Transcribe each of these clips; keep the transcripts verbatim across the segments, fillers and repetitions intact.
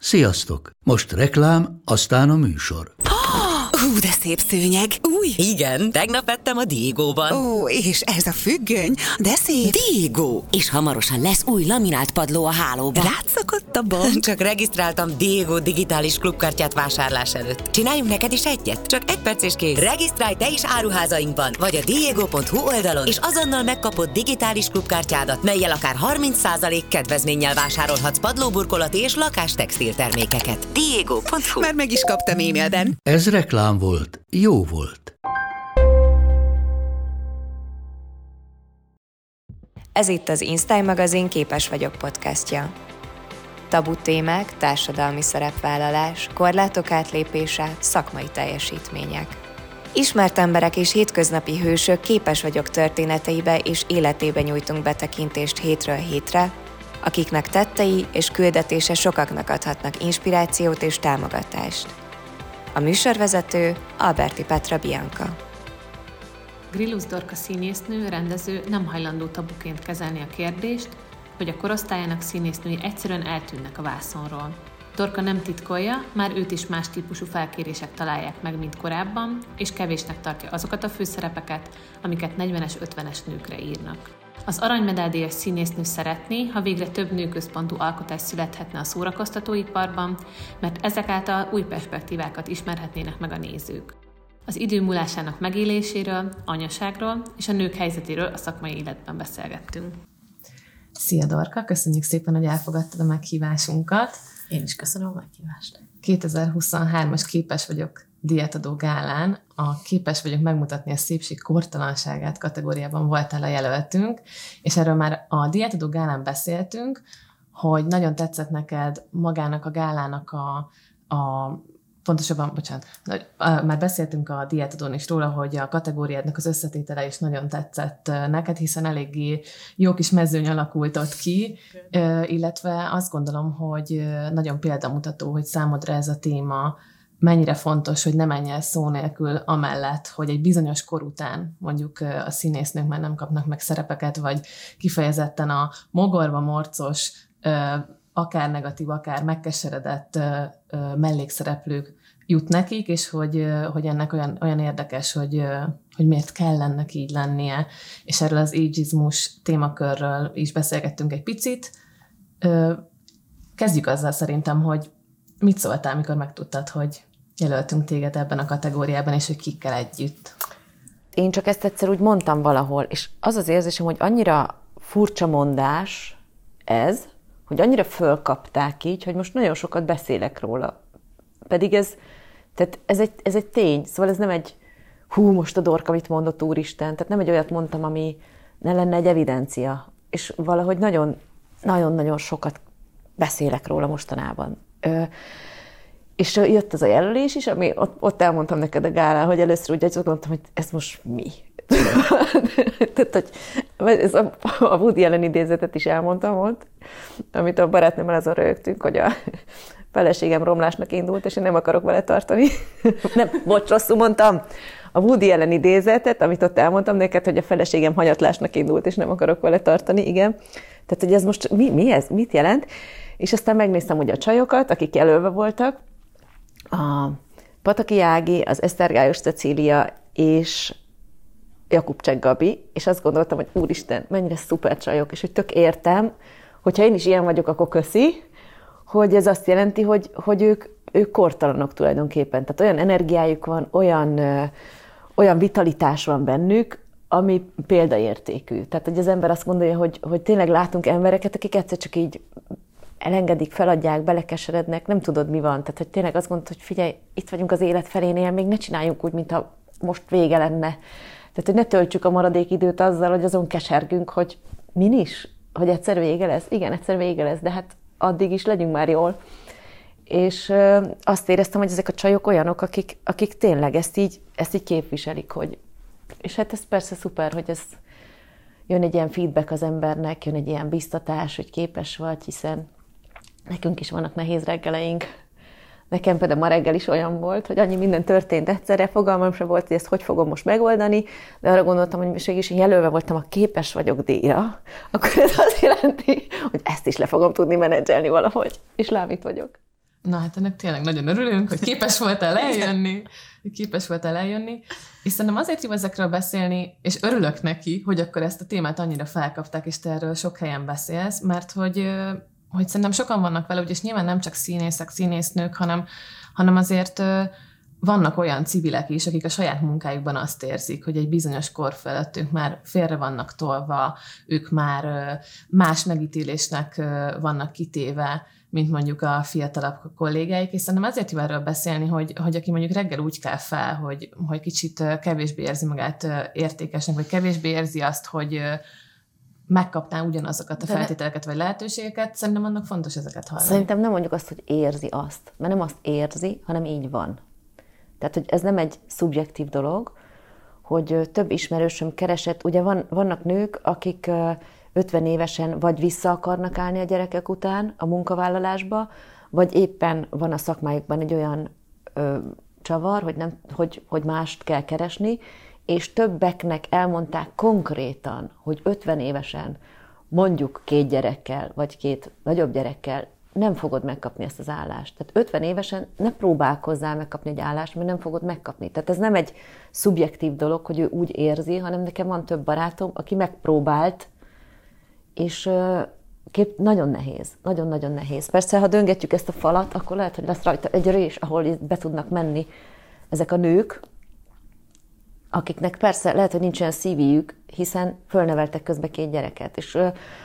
Sziasztok! Most reklám, aztán a műsor. Hú, de szép szőnyeg. Új. Igen, tegnap vettem a Diegóban. Ó, és ez a függöny, de szép. Diegó. És hamarosan lesz új laminált padló a hálóban. Rátszakott a bank. Csak regisztráltam Diegó digitális klubkártyát vásárlás előtt. Csináljunk neked is egyet? Csak egy perc és kész. Regisztrálj te is áruházainkban, vagy a diegó pont hu oldalon, és azonnal megkapod digitális klubkártyádat, mellyel akár harminc százalék kedvezménnyel vásárolhatsz padlóburkolati és lakástextil termékeket. diegó pont hu. Már meg is kaptam e-mailben. Ez reklám volt, jó volt. Ez itt az InStyle magazin Képes vagyok podcastja. Tabu témák, társadalmi szerepvállalás, korlátok átlépése, szakmai teljesítmények. Ismert emberek és hétköznapi hősök Képes vagyok történeteibe és életébe nyújtunk betekintést hétről hétre, akiknek tettei és küldetése sokaknak adhatnak inspirációt és támogatást. A műsorvezető Alberti Petra Bianca. Grillus Dorka színésznő, rendező nem hajlandó tabuként kezelni a kérdést, hogy a korosztályának színésznői egyszerűen eltűnnek a vászonról. Dorka nem titkolja, már őt is más típusú felkérések találják meg, mint korábban, és kevésnek tartja azokat a főszerepeket, amiket negyvenes, ötvenes nőkre írnak. Az aranymedál-díjas színésznő szeretné, ha végre több nőközpontú alkotás születhetne a szórakoztatóiparban, mert ezek által új perspektívákat ismerhetnének meg a nézők. Az idő múlásának megéléséről, anyaságról és a nők helyzetéről a szakmai életben beszélgettünk. Szia Dorka, köszönjük szépen, hogy elfogadtad a meghívásunkat. Én is köszönöm a meghívást. kétezer-huszonhármas Képes vagyok díjátadó gálán a Képes vagyok megmutatni a szépség kortalanságát kategóriában voltál a jelöltünk, és erről már a díjátadó gálán beszéltünk, hogy nagyon tetszett neked magának a gálának a, a pontosabban, bocsánat, már beszéltünk a díjátadón is róla, hogy a kategóriádnak az összetétele is nagyon tetszett neked, hiszen eléggé jó kis mezőny alakult ott ki, illetve azt gondolom, hogy nagyon példamutató, hogy számodra ez a téma mennyire fontos, hogy ne menj el szó nélkül amellett, hogy egy bizonyos kor után mondjuk a színésznők már nem kapnak meg szerepeket, vagy kifejezetten a mogorva morcos, akár negatív, akár megkeseredett mellékszereplők jut nekik, és hogy, hogy ennek olyan, olyan érdekes, hogy, hogy miért kell ennek így lennie. És erről az ageizmus témakörről is beszélgettünk egy picit. Kezdjük azzal szerintem, hogy mit szóltál, amikor megtudtad, hogy jelöltünk téged ebben a kategóriában, és hogy kikkel együtt? Én csak ezt egyszer úgy mondtam valahol, és az az érzésem, hogy annyira furcsa mondás ez, hogy annyira fölkapták így, hogy most nagyon sokat beszélek róla. Pedig ez, tehát ez, egy, ez egy tény, szóval ez nem egy hú, most a Dorka mit mondott, úristen, tehát nem egy olyat mondtam, ami ne lenne egy evidencia. És valahogy nagyon, nagyon-nagyon sokat beszélek róla mostanában. Ö, és jött az a jelölés is, ami ott, ott elmondtam neked a gálán, hogy először úgy azt mondtam, hogy ez most mi? Tehát, hogy ez a, a Woody Allen idézetet is elmondtam ott, amit a barátnőmmel azon rögtünk, hogy a feleségem romlásnak indult, és én nem akarok vele tartani. Nem, bocs, rosszul mondtam. A Woody Allen idézetet, amit ott elmondtam neked, hogy a feleségem hanyatlásnak indult, és nem akarok vele tartani, igen. Tehát, hogy ez most mi, mi ez? Mit jelent? És aztán megnéztem ugye a csajokat, akik jelölve voltak, a Pataki Ági, az Esztergályos Cecília és Jakubcsek Gabi, és azt gondoltam, hogy úristen, mennyire szuper csajok, és hogy tök értem, hogyha én is ilyen vagyok, akkor köszi, hogy ez azt jelenti, hogy, hogy ők, ők kortalanok tulajdonképpen. Tehát olyan energiájuk van, olyan, ö, olyan vitalitás van bennük, ami példaértékű. Tehát, hogy az ember azt gondolja, hogy, hogy tényleg látunk embereket, akik egyszer csak így elengedik, feladják, belekeserednek, nem tudod, mi van. Tehát, hogy tényleg azt gondolod, hogy figyelj, itt vagyunk az élet felénél, még ne csináljunk úgy, mintha most vége lenne. Tehát, hogy ne töltsük a maradék időt azzal, hogy azon kesergünk, hogy min is, hogy egyszer vége lesz. Igen, egyszer vége lesz, de hát addig is legyünk már jól. És ö, azt éreztem, hogy ezek a csajok olyanok, akik, akik tényleg ezt így, ezt így képviselik, hogy... És hát ez persze szuper, hogy ez jön egy ilyen feedback az embernek, jön egy ilyen biztatás, hogy képes vagy, hiszen nekünk is vannak nehéz reggeleink. Nekem például ma reggel is olyan volt, hogy annyi minden történt egyszerre, fogalmam sem volt, hogy ezt hogy fogom most megoldani, de arra gondoltam, hogy mégis jelölve voltam a Képes vagyok díjra, akkor ez azt jelenti, hogy ezt is le fogom tudni menedzselni valahogy, és lám itt vagyok. Na hát ennek tényleg nagyon örülünk, hogy képes voltál eljönni, hogy képes voltál eljönni, és szerintem azért jó ezekről beszélni, és örülök neki, hogy akkor ezt a témát annyira felkapták, és te erről sok helyen beszélsz, mert hogy, hogy szerintem sokan vannak vele, és nyilván nem csak színészek, színésznők, hanem, hanem azért vannak olyan civilek is, akik a saját munkájukban azt érzik, hogy egy bizonyos kor felett ők már félre vannak tolva, ők már más megítélésnek vannak kitéve, mint mondjuk a fiatalabb kollégáik, és szerintem azért jó erről beszélni, hogy, hogy aki mondjuk reggel úgy kell fel, hogy, hogy kicsit kevésbé érzi magát értékesnek, vagy kevésbé érzi azt, hogy megkapná ugyanazokat a feltételeket vagy lehetőségeket, szerintem annak fontos ezeket hallani. Szerintem nem mondjuk azt, hogy érzi azt, mert nem azt érzi, hanem így van. Tehát, hogy ez nem egy szubjektív dolog, hogy több ismerősöm keresett, ugye van, vannak nők, akik ötven évesen vagy vissza akarnak állni a gyerekek után a munkavállalásba, vagy éppen van a szakmájukban egy olyan ö, csavar, hogy, nem, hogy, hogy mást kell keresni, és többeknek elmondták konkrétan, hogy ötven évesen mondjuk két gyerekkel, vagy két nagyobb gyerekkel nem fogod megkapni ezt az állást. Tehát ötven évesen ne próbálkozzál megkapni egy állást, mert nem fogod megkapni. Tehát ez nem egy szubjektív dolog, hogy ő úgy érzi, hanem nekem van több barátom, aki megpróbált, és kép nagyon nehéz, nagyon-nagyon nehéz. Persze, ha döngetjük ezt a falat, akkor lehet, hogy lesz rajta egy rés, ahol be tudnak menni ezek a nők, akiknek persze lehet, hogy nincs olyan szívijük, hiszen fölneveltek közben két gyereket. És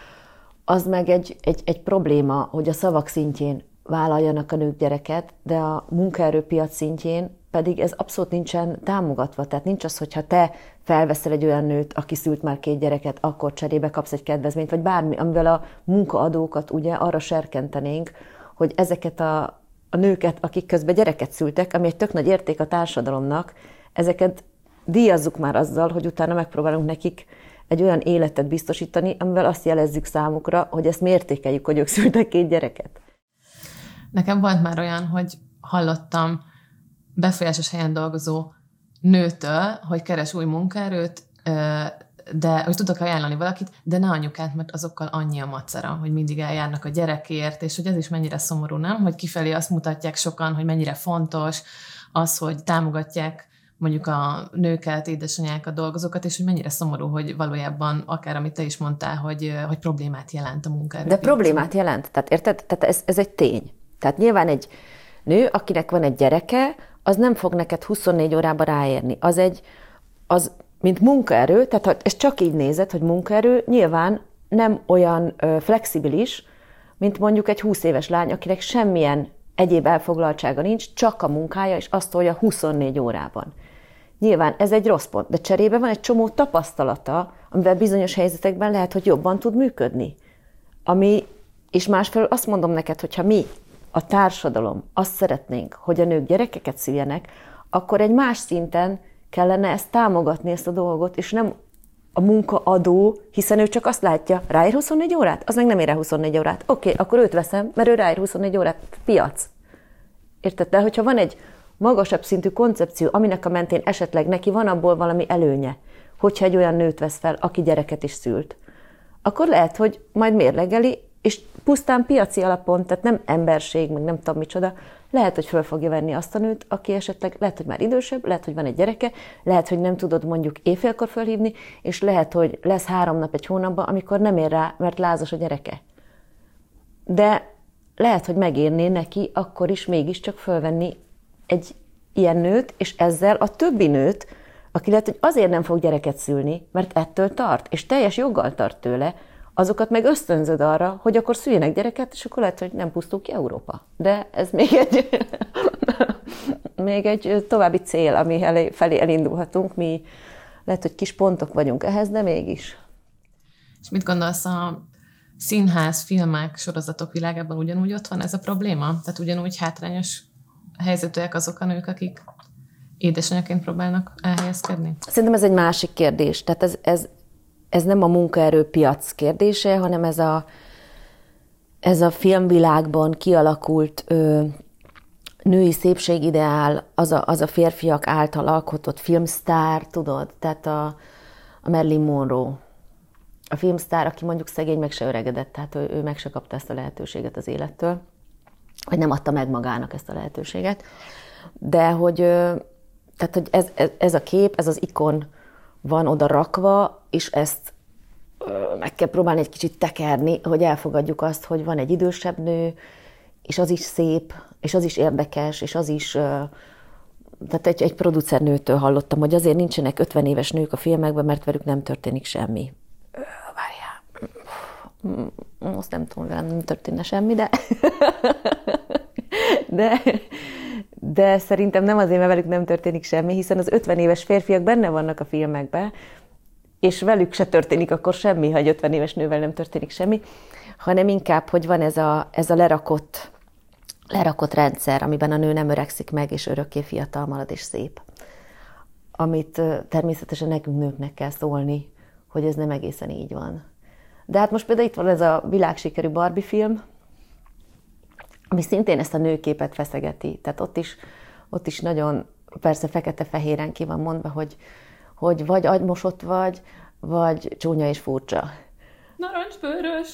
az meg egy, egy, egy probléma, hogy a szavak szintjén vállaljanak a nők gyereket, de a munkaerőpiac szintjén pedig ez abszolút nincsen támogatva. Tehát nincs az, hogyha te felveszel egy olyan nőt, aki szült már két gyereket, akkor cserébe kapsz egy kedvezményt, vagy bármi, amivel a munkaadókat ugye arra serkentenénk, hogy ezeket a, a nőket, akik közben gyereket szültek, ami egy tök nagy érték a társadalomnak, ezeket díjazzuk már azzal, hogy utána megpróbálunk nekik egy olyan életet biztosítani, amivel azt jelezzük számukra, hogy ezt mértékeljük, hogy ők szültek két gyereket. Nekem volt már olyan, hogy hallottam befolyásos helyen dolgozó nőtől, hogy keres új munkaerőt, de hogy tudok ajánlani valakit, de ne anyukát, mert azokkal annyi a macera, hogy mindig eljárnak a gyerekért, és hogy ez is mennyire szomorú, nem? Hogy kifelé azt mutatják sokan, hogy mennyire fontos az, hogy támogatják mondjuk a nőket, édesanyákat, dolgozókat, és hogy mennyire szomorú, hogy valójában akár, amit te is mondtál, hogy, hogy problémát jelent a munkaerőpiacon. De problémát jelent, tehát érted? Tehát ez, ez egy tény. Tehát nyilván egy nő, akinek van egy gyereke, az nem fog neked huszonnégy órában ráérni. Az egy, az, mint munkaerő, tehát ha ezt csak így nézed, hogy munkaerő, nyilván nem olyan ö, flexibilis, mint mondjuk egy húsz éves lány, akinek semmilyen egyéb elfoglaltsága nincs, csak a munkája, és azt tolja huszonnégy órában. Nyilván ez egy rossz pont, de cserébe van egy csomó tapasztalata, amivel bizonyos helyzetekben lehet, hogy jobban tud működni. Ami, és másfelől azt mondom neked, hogyha mi, a társadalom, azt szeretnénk, hogy a nők gyerekeket szüljenek, akkor egy más szinten kellene ezt támogatni, ezt a dolgot, és nem a munkaadó, hiszen ő csak azt látja, ráér huszonnégy órát? Az meg nem ér rá huszonnégy órát. Oké, okay, akkor őt veszem, mert ő ráér huszonnégy órát. Piac. Érted? De hogyha van egy magasabb szintű koncepció, aminek a mentén esetleg neki van abból valami előnye, hogyha egy olyan nőt vesz fel, aki gyereket is szült, akkor lehet, hogy majd mérlegeli, és pusztán piaci alapon, tehát nem emberség, meg nem tudom micsoda, lehet, hogy föl fogja venni azt a nőt, aki esetleg lehet, hogy már idősebb, lehet, hogy van egy gyereke, lehet, hogy nem tudod mondjuk éjfélkor fölhívni, és lehet, hogy lesz három nap egy hónapban, amikor nem ér rá, mert lázas a gyereke. De lehet, hogy megérné neki akkor is mégiscsak fölvenni egy ilyen nőt, és ezzel a többi nőt, aki lehet, hogy azért nem fog gyereket szülni, mert ettől tart, és teljes joggal tart tőle, azokat meg ösztönzöd arra, hogy akkor szüljenek gyereket, és akkor lehet, hogy nem pusztul ki Európa. De ez még egy, még egy további cél, ami elé, felé elindulhatunk. Mi lehet, hogy kis pontok vagyunk ehhez, de mégis. És mit gondolsz, a színház, filmek, sorozatok világában ugyanúgy ott van ez a probléma? Tehát ugyanúgy hátrányos helyzetűek azok a nők, akik édesanyaként próbálnak elhelyezkedni? Szerintem ez egy másik kérdés. Tehát ez, ez, ez nem a munkaerőpiac kérdése, hanem ez a, ez a filmvilágban kialakult ö, női szépségideál, az a, az a férfiak által alkotott filmsztár, tudod? Tehát a, a Marilyn Monroe, a filmsztár, aki mondjuk szegény, meg se öregedett, tehát ő, ő meg se kapta ezt a lehetőséget az élettől. vagy nem adta meg magának ezt a lehetőséget. De hogy, tehát, hogy ez, ez, ez a kép, ez az ikon van oda rakva, és ezt meg kell próbálni egy kicsit tekerni, hogy elfogadjuk azt, hogy van egy idősebb nő, és az is szép, és az is érdekes, és az is... Tehát egy, egy producernőtől hallottam, hogy azért nincsenek ötven éves nők a filmekben, mert velük nem történik semmi. Várjál, azt nem tudom, velem nem történne semmi, de... de... De szerintem nem azért, mert velük nem történik semmi, hiszen az ötven éves férfiak benne vannak a filmekben, és velük se történik akkor semmi, ha egy ötven éves nővel nem történik semmi, hanem inkább, hogy van ez a, ez a lerakott, lerakott rendszer, amiben a nő nem öregszik meg, és örökké fiatal marad, és szép. Amit természetesen nekünk nőknek kell szólni, hogy ez nem egészen így van. De hát most például itt van ez a világsikerű Barbie film, ami szintén ezt a nőképet feszegeti. Tehát ott is, ott is nagyon, persze fekete-fehéren ki van mondva, hogy, hogy vagy agymosott vagy, vagy csúnya és furcsa. Narancsbőrös!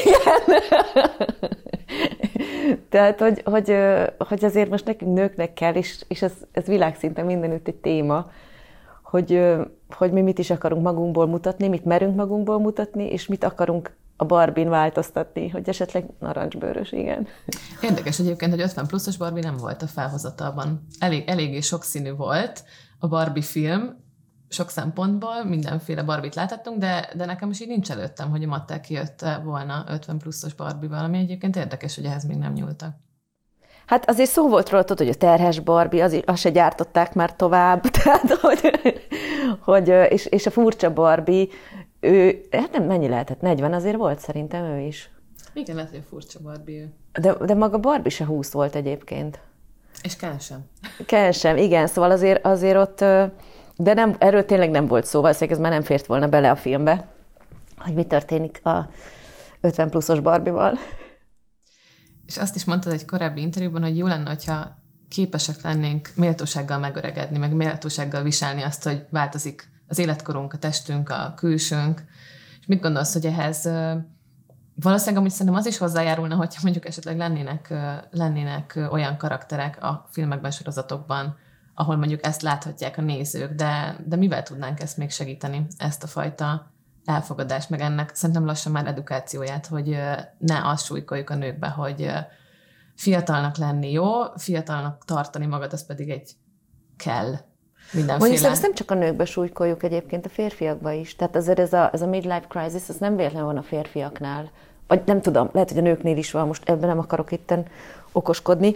Tehát, hogy, hogy, hogy azért most nekünk nőknek kell, és, és ez, ez világszinten mindenütt egy téma, hogy, hogy mi mit is akarunk magunkból mutatni, mit merünk magunkból mutatni, és mit akarunk a Barbie-n változtatni, hogy esetleg narancsbőrös, igen. Érdekes egyébként, hogy ötven pluszos Barbie nem volt a felhozatalban. Elég, eléggé sokszínű volt a Barbie film, sok szempontból, mindenféle Barbie-t láthattunk, de, de nekem is így nincs előttem, hogy a Mattel kijött volna ötven pluszos Barbie-val, ami egyébként érdekes, hogy ehhez még nem nyúltak. Hát azért szó volt róla, hogy a terhes Barbie, az, azt se gyártották már tovább, tehát, hogy, hogy és, és a furcsa Barbie, ő, hát nem, mennyi lehetett? negyven azért volt szerintem ő is. Igen, lehet, hogy a furcsa Barbie ő. De, de maga Barbie se húsz volt egyébként. És Ken sem. Ken sem, igen, szóval azért, azért ott, de nem, erről tényleg nem volt szó, valószínűleg ez már nem fért volna bele a filmbe, hogy mi történik a ötven pluszos Barbie-val. És azt is mondtad egy korábbi interjúban, hogy jó lenne, hogyha képesek lennénk méltósággal megöregedni, meg méltósággal viselni azt, hogy változik az életkorunk, a testünk, a külsőnk. És mit gondolsz, hogy ehhez valószínűleg amúgy szerintem az is hozzájárulna, hogyha mondjuk esetleg lennének, lennének olyan karakterek a filmekben, sorozatokban, ahol mondjuk ezt láthatják a nézők, de, de mivel tudnánk ezt még segíteni, ezt a fajta elfogadást, meg ennek szerintem lassan már edukációját, hogy ne azt súlykoljuk a nőkbe, hogy fiatalnak lenni jó, fiatalnak tartani magad, az pedig egy kell. Mondjuk ezt nem csak a nőkbe súlykoljuk, egyébként a férfiakba is. Tehát azért ez a, ez a midlife crisis, ez nem véletlenül van a férfiaknál. Vagy nem tudom, lehet, hogy a nőknél is van, most ebben nem akarok itten okoskodni.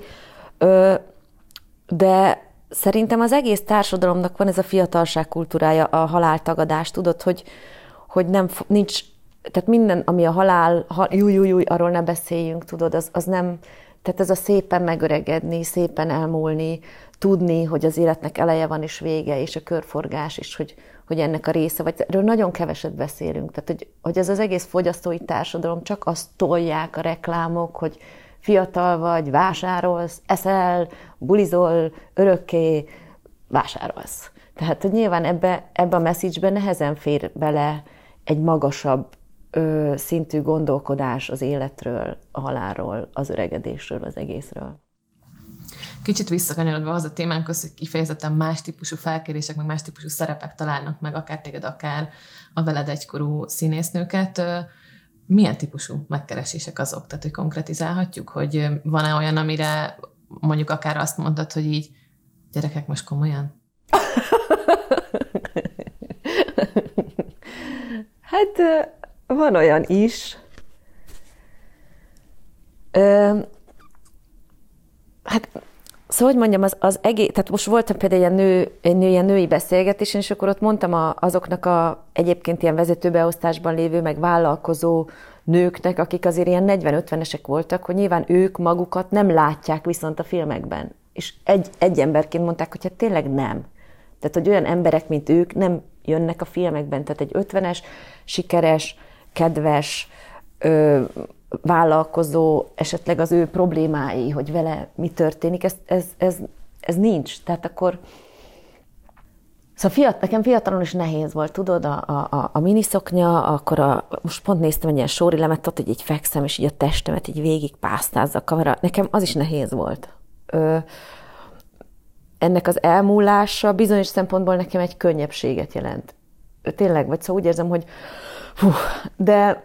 De szerintem az egész társadalomnak van ez a fiatalság kultúrája, a haláltagadás. Tudod, hogy, hogy nem, nincs, tehát minden, ami a halál, ha, júj, júj, júj, arról ne beszéljünk, tudod, az, az nem, tehát ez a szépen megöregedni, szépen elmúlni, tudni, hogy az életnek eleje van és vége, és a körforgás, és hogy, hogy ennek a része, vagy erről nagyon keveset beszélünk. Tehát, hogy, hogy ez az egész fogyasztói társadalom, csak azt tolják a reklámok, hogy fiatal vagy, vásárolsz, eszel, bulizol, örökké, vásárolsz. Tehát, hogy nyilván ebbe, ebbe a message-ben nehezen fér bele egy magasabb ö, szintű gondolkodás az életről, a halálról, az öregedésről, az egészről. Kicsit visszakanyarodva az a témánkhoz, hogy kifejezetten más típusú felkérések, meg más típusú szerepek találnak meg, akár téged, akár a veled egykorú színésznőket. Milyen típusú megkeresések azok? Tehát, hogy konkretizálhatjuk, hogy van-e olyan, amire mondjuk akár azt mondtad, hogy így, gyerekek, most komolyan? Hát van olyan is. Ö, hát szóval, hogy mondjam, az, az egész, tehát most voltam például egy nő, egy nő, ilyen női beszélgetésen, és akkor ott mondtam a, azoknak a egyébként ilyen vezetőbeosztásban lévő, meg vállalkozó nőknek, akik azért ilyen negyven-ötvenesek voltak, hogy nyilván ők magukat nem látják viszont a filmekben. És egy, egy emberként mondták, hogy hát tényleg nem. Tehát, hogy olyan emberek, mint ők nem jönnek a filmekben. Tehát egy ötvenes, sikeres, kedves, ö, vállalkozó, esetleg az ő problémái, hogy vele mi történik, ez, ez, ez, ez nincs. Tehát akkor Szóval fiat, nekem fiatalon is nehéz volt, tudod, a, a, a miniszoknya, akkor a, most pont néztem egy ilyen sórilemet, ott, hogy így fekszem, és így a testemet így végig pásztázza a kamera. Nekem az is nehéz volt. Ö, ennek az elmúlása bizonyos szempontból nekem egy könnyebbséget jelent. Tényleg, vagy szóval úgy érzem, hogy hú, de,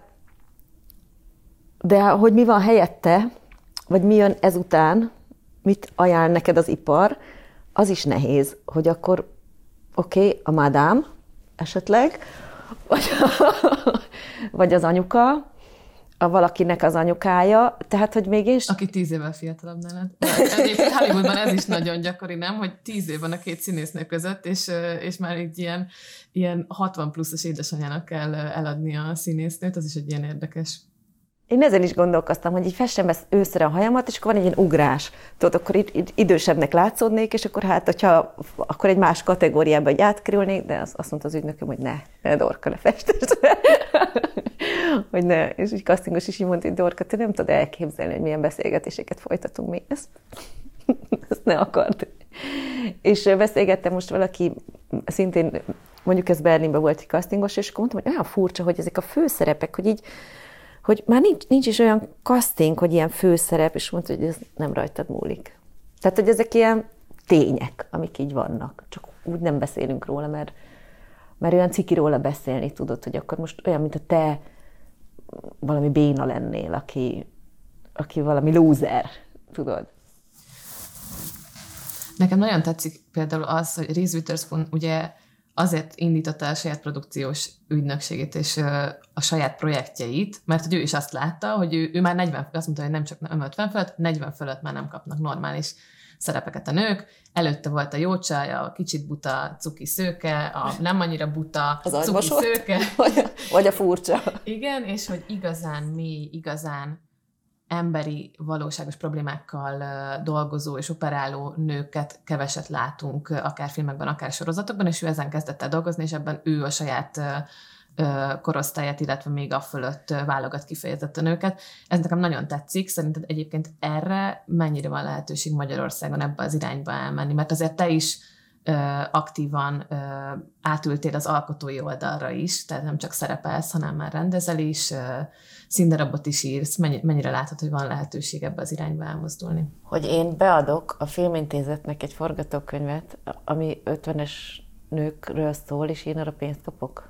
de hogy mi van helyette, vagy mi jön ezután, mit ajánl neked az ipar, az is nehéz, hogy akkor oké, okay, a madám esetleg, vagy, vagy az anyuka, a valakinek az anyukája, tehát, hogy mégis... Aki tíz évvel fiatalabb nálad. Egyébként Hollywoodban ez is nagyon gyakori, nem? Hogy tíz év van a két színésznő között, és, és már így ilyen, ilyen hatvan pluszos édesanyának kell eladni a színésznőt, az is egy ilyen érdekes. Én ezen is gondolkoztam, hogy így festem be őszre a hajamat, és akkor van egy ilyen ugrás. Tudod, akkor id- idősebbnek látszódnék, és akkor hát, hogyha akkor egy más kategóriába így átkerülnék, de azt mondta az ügynököm, hogy ne, ne Dorka, ne festesd. Hogy ne. És így castingos is így mondta, hogy Dorka, te nem tudod elképzelni, hogy milyen beszélgetéseket folytatunk mi. Ezt, ezt ne akart. És beszélgettem most valaki, szintén, mondjuk ez Berlinben volt egy castingos, és akkor mondtam, hogy olyan furcsa, hogy ezek a főszerepek, hogy így hogy már nincs, nincs is olyan casting, hogy ilyen főszerep, és mondta, hogy ez nem rajtad múlik. Tehát, hogy ezek ilyen tények, amik így vannak. Csak úgy nem beszélünk róla, mert, mert olyan ciki róla beszélni, tudod, hogy akkor most olyan, mint a te valami béna lennél, aki, aki valami lúzer, tudod. Nekem nagyon tetszik például az, hogy Reese Witherspoon ugye azért indította a saját produkciós ügynökségét és a saját projektjeit, mert hogy ő is azt látta, hogy ő, ő már negyven, azt mondta, hogy nem csak ötven fölött, negyven fölött már nem kapnak normális szerepeket a nők. Előtte volt a jó csaj, a kicsit buta cuki szőke, a nem annyira buta az cuki agybosott, szőke. Vagy a, vagy a furcsa. Igen, és hogy igazán mély, igazán emberi, valóságos problémákkal dolgozó és operáló nőket keveset látunk, akár filmekben, akár sorozatokban, és ő ezen kezdett el dolgozni, és ebben ő a saját korosztályát, illetve még a fölött válogat kifejezetten nőket. Ez nekem nagyon tetszik. Szerinted egyébként erre mennyire van lehetőség Magyarországon ebbe az irányba elmenni? Mert azért te is aktívan átültél az alkotói oldalra is, tehát nem csak szerepelsz, hanem már rendezel is, színdarabot is írsz. Mennyire látod, hogy van lehetőség ebbe az irányba elmozdulni? Hogy én beadok a Filmintézetnek egy forgatókönyvet, ami ötvenes nőkről szól, és én arra pénzt kapok?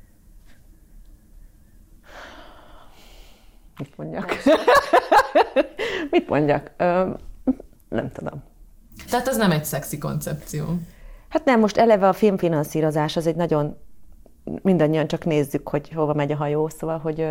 Mit mondjak? Mit mondjak? Ö, nem tudom. Tehát ez nem egy szexi koncepció. Hát nem, most eleve a filmfinanszírozás az egy nagyon, mindannyian csak nézzük, hogy hova megy a hajó, szóval, hogy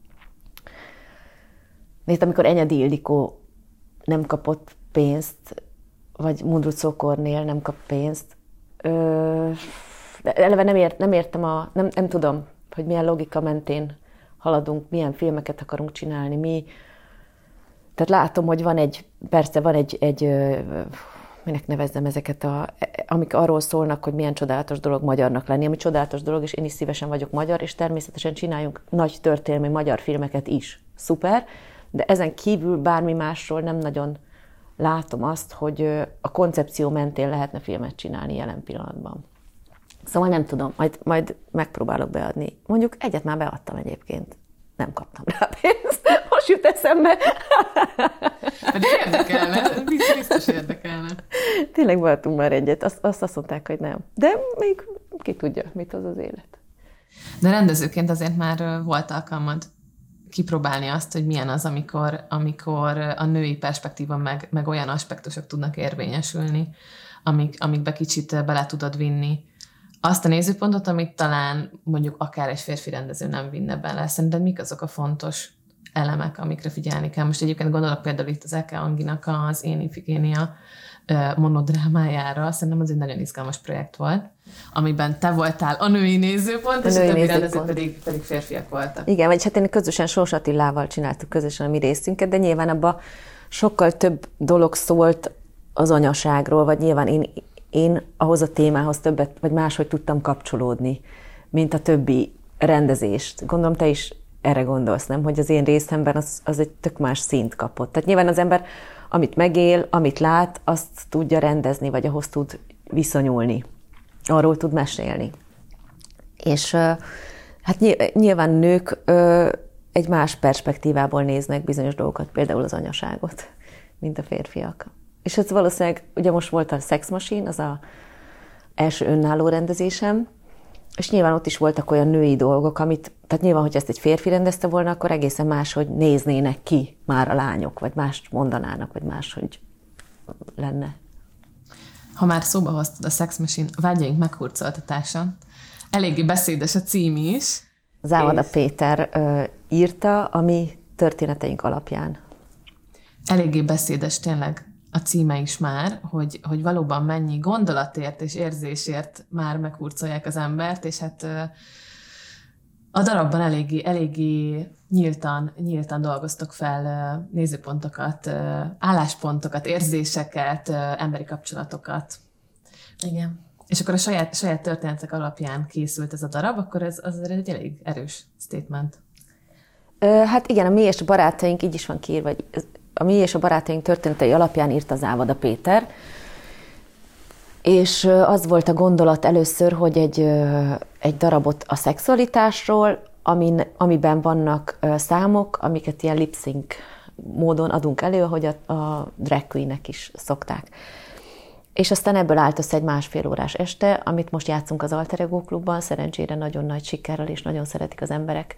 nézd, amikor Enyedi Ildikó nem kapott pénzt, vagy Mundruczó Kornél nem kap pénzt, ö, de eleve nem, ért, nem értem, a, nem, nem tudom, hogy milyen logika mentén haladunk, milyen filmeket akarunk csinálni, mi. Tehát látom, hogy van egy, persze van egy, egy minek nevezzem ezeket, a, amik arról szólnak, hogy milyen csodálatos dolog magyarnak lenni, ami csodálatos dolog, és én is szívesen vagyok magyar, és természetesen csináljunk nagy történelmi magyar filmeket is. Szuper, de ezen kívül bármi másról nem nagyon látom azt, hogy a koncepció mentén lehetne filmet csinálni jelen pillanatban. Szóval nem tudom, majd, majd megpróbálok beadni. Mondjuk egyet már beadtam egyébként. Nem kaptam rá pénzt. Most jut eszembe. Pedig érdekelne, biztos érdekelne. Tényleg beadtunk már egyet, azt, azt azt mondták, hogy nem. De még ki tudja, mit az az élet. De rendezőként azért már volt alkalmad kipróbálni azt, hogy milyen az, amikor, amikor a női perspektíva meg, meg olyan aspektusok tudnak érvényesülni, amik, amikbe kicsit bele tudod vinni azt a nézőpontot, amit talán mondjuk akár egy férfi rendező nem vinne bele. Szerinted mik azok a fontos elemek, amikre figyelni kell? Most egyébként gondolok például itt az Eke Anginak az Én Ifigénia monodrámájára. Szerintem az egy nagyon izgalmas projekt volt, amiben te voltál a női nézőpont, a és női a többi rendezők pedig, pedig férfiak voltak. Igen, vagyis hát én közösen Sós Attilával csináltuk közösen a mi részünket, de nyilván abban sokkal több dolog szólt az anyaságról, vagy nyilván én Én ahhoz a témához többet, vagy máshogy tudtam kapcsolódni, mint a többi rendezést. Gondolom, te is erre gondolsz, nem? Hogy az én részemben az, az egy tök más szint kapott. Tehát nyilván az ember, amit megél, amit lát, azt tudja rendezni, vagy ahhoz tud viszonyulni. arról tud mesélni. És hát nyilván nők egy más perspektívából néznek bizonyos dolgokat, például az anyaságot, mint a férfiak. És ez valószínűleg, ugye most volt a Sex Machine, az az első önálló rendezésem, és nyilván ott is voltak olyan női dolgok, amit, tehát nyilván, hogy ezt egy férfi rendezte volna, akkor egészen máshogy néznének ki már a lányok, vagy mást mondanának, vagy máshogy lenne. Ha már szóba hoztad a Sex Machine, vágyaink meghurcoltatása, eléggé beszédes a cím is. Závada és... Péter ö, írta a mi történeteink alapján. Eléggé beszédes tényleg a címe is már, hogy, hogy valóban mennyi gondolatért és érzésért már meghurcolják az embert, és hát ö, a darabban eléggé, eléggé nyíltan, nyíltan dolgoztok fel ö, nézőpontokat, ö, álláspontokat, érzéseket, ö, emberi kapcsolatokat. Igen. És akkor a saját, saját történetek alapján készült ez a darab, akkor ez az egy elég erős statement. Hát igen, a Mi és a barátaink, így is van kiírva, a Mi és a barátaink történetei alapján írta Závada Péter, és az volt a gondolat először, hogy egy, egy darabot a szexualitásról, amin, amiben vannak számok, amiket ilyen lip-sync módon adunk elő, ahogy a, a drag queen-ek is szokták. És aztán ebből állt össze egy másfél órás este, amit most játszunk az Alter Ego Klubban, szerencsére nagyon nagy sikerrel, és nagyon szeretik az emberek.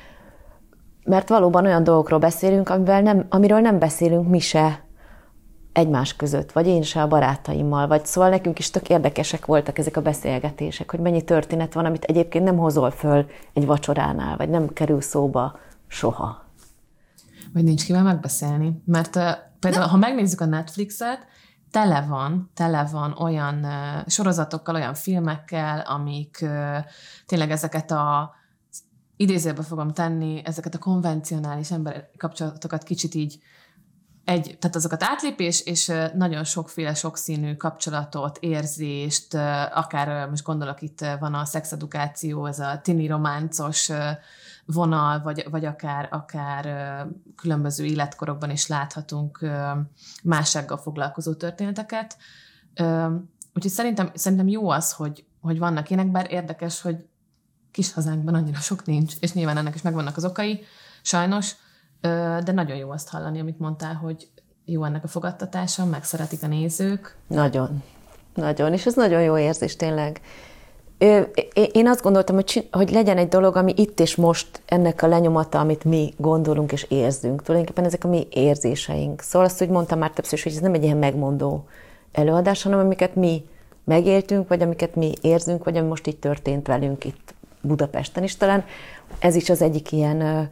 Mert valóban olyan dolgokról beszélünk, amivel nem, amiről nem beszélünk mi se egymás között, vagy én se a barátaimmal, vagy szóval nekünk is tök érdekesek voltak ezek a beszélgetések, hogy mennyi történet van, amit egyébként nem hozol föl egy vacsoránál, vagy nem kerül szóba soha. Vagy nincs kivel megbeszélni. Mert uh, például, ha megnézzük a Netflixet, tele van, tele van olyan uh, sorozatokkal, olyan filmekkel, amik uh, tényleg ezeket a, idézőbe fogom tenni, ezeket a konvencionális emberi kapcsolatokat kicsit így, egy, tehát azokat átlépés, és uh, nagyon sokféle, sokszínű kapcsolatot, érzést, uh, akár uh, most gondolok, itt uh, van a szexedukáció, ez a tini románcos uh, vonal, vagy, vagy akár, akár uh, különböző életkorokban is láthatunk uh, mássággal foglalkozó történeteket. Uh, úgyhogy szerintem, szerintem jó az, hogy, hogy vannak ilyenek, bár érdekes, hogy kis hazánkban annyira sok nincs, és nyilván ennek is megvannak az okai, sajnos, uh, de nagyon jó azt hallani, amit mondtál, hogy jó ennek a fogadtatása, megszeretik a nézők. Nagyon, nagyon, és ez nagyon jó érzés tényleg. Én azt gondoltam, hogy, hogy legyen egy dolog, ami itt és most ennek a lenyomata, amit mi gondolunk és érzünk. Tulajdonképpen ezek a mi érzéseink. Szóval azt úgy mondtam már többször, hogy ez nem egy ilyen megmondó előadás, hanem amiket mi megéltünk, vagy amiket mi érzünk, vagy ami most itt történt velünk itt Budapesten is. Talán ez is az egyik ilyen uh,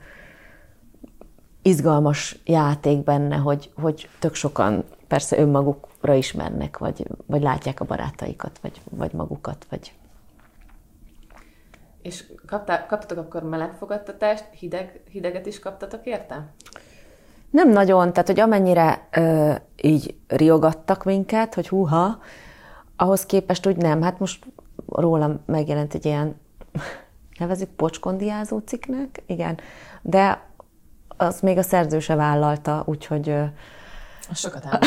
izgalmas játék benne, hogy, hogy tök sokan persze önmagukra ismernek, vagy, vagy látják a barátaikat, vagy, vagy magukat, vagy... És kaptál, kaptatok akkor meleg fogadtatást, hideg, hideget is kaptatok érte? Nem nagyon, tehát hogy amennyire ö, így riogattak minket, hogy húha, ahhoz képest úgy nem. Hát most rólam megjelent egy ilyen, nevezzük pocskondiázó cikknek, igen, de az még a szerző se vállalta, úgyhogy... Ö, sokat elmondom.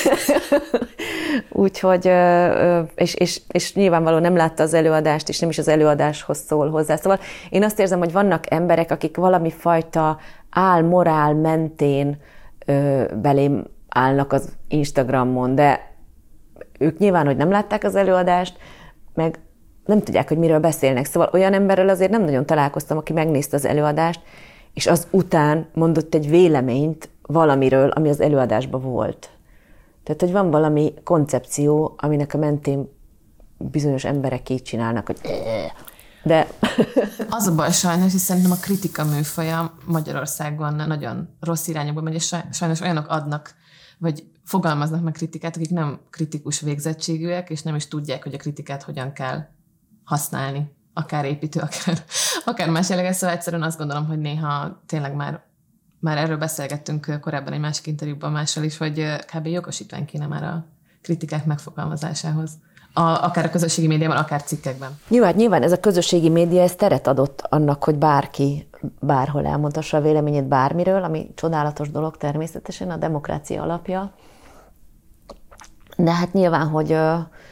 Úgyhogy, és, és, és nyilvánvalóan nem látta az előadást, és nem is az előadáshoz szól hozzá. Szóval én azt érzem, hogy vannak emberek, akik valami fajta álmorál mentén ö, belém állnak az Instagramon, de ők nyilván, hogy nem látták az előadást, meg nem tudják, hogy miről beszélnek. Szóval olyan emberrel azért nem nagyon találkoztam, aki megnézte az előadást, és az után mondott egy véleményt valamiről, ami az előadásban volt. Tehát, hogy van valami koncepció, aminek a mentén bizonyos emberek így csinálnak, hogy de... Az a baj sajnos, és szerintem a kritika műfaja Magyarországon nagyon rossz irányba megy, és sajnos olyanok adnak, vagy fogalmaznak meg kritikát, akik nem kritikus végzettségűek, és nem is tudják, hogy a kritikát hogyan kell használni. Akár építő, akár, akár más jelleges. Szóval egyszerűen azt gondolom, hogy néha tényleg már Már erről beszélgettünk korábban egy másik interjúban mással is, hogy kb. Jogosítvány kéne már a kritikák megfogalmazásához. A, akár a közösségi médiában, akár cikkekben. Nyilván, nyilván ez a közösségi média, ez teret adott annak, hogy bárki bárhol elmondhassa a véleményét bármiről, ami csodálatos dolog természetesen, a demokrácia alapja. De hát nyilván, hogy,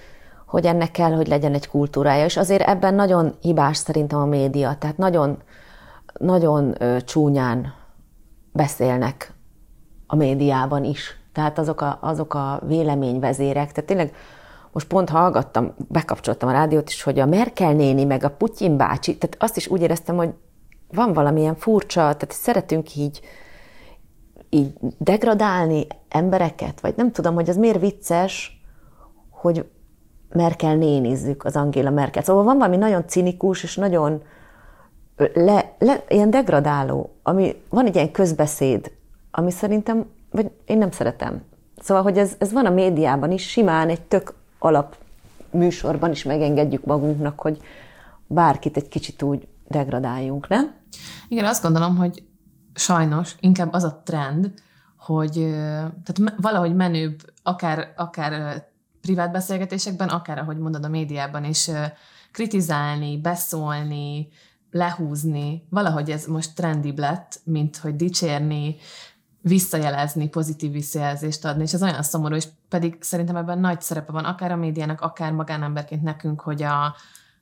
hogy ennek kell, hogy legyen egy kultúrája. És azért ebben nagyon hibás szerintem a média, tehát nagyon, nagyon ö, csúnyán beszélnek a médiában is. Tehát azok a, azok a véleményvezérek, tehát tényleg most pont hallgattam, bekapcsoltam a rádiót is, hogy a Merkel néni, meg a Putyin bácsi, tehát azt is úgy éreztem, hogy van valamilyen furcsa, tehát szeretünk így, így degradálni embereket, vagy nem tudom, hogy az miért vicces, hogy Merkel nénizzük az Angela Merkel. Szóval van valami nagyon cinikus, és nagyon le, le, ilyen degradáló, ami van egy ilyen közbeszéd, ami szerintem, vagy én nem szeretem. Szóval, hogy ez, ez van a médiában is, simán egy tök alap műsorban is megengedjük magunknak, hogy bárkit egy kicsit úgy degradáljunk, nem? Igen, azt gondolom, hogy sajnos inkább az a trend, hogy tehát valahogy menőbb, akár, akár privát beszélgetésekben, akár, ahogy mondod, a médiában is kritizálni, beszólni, lehúzni, valahogy ez most trendibb lett, mint hogy dicsérni, visszajelezni, pozitív visszajelzést adni, és ez olyan szomorú, és pedig szerintem ebben nagy szerepe van, akár a médiának, akár magánemberként nekünk, hogy a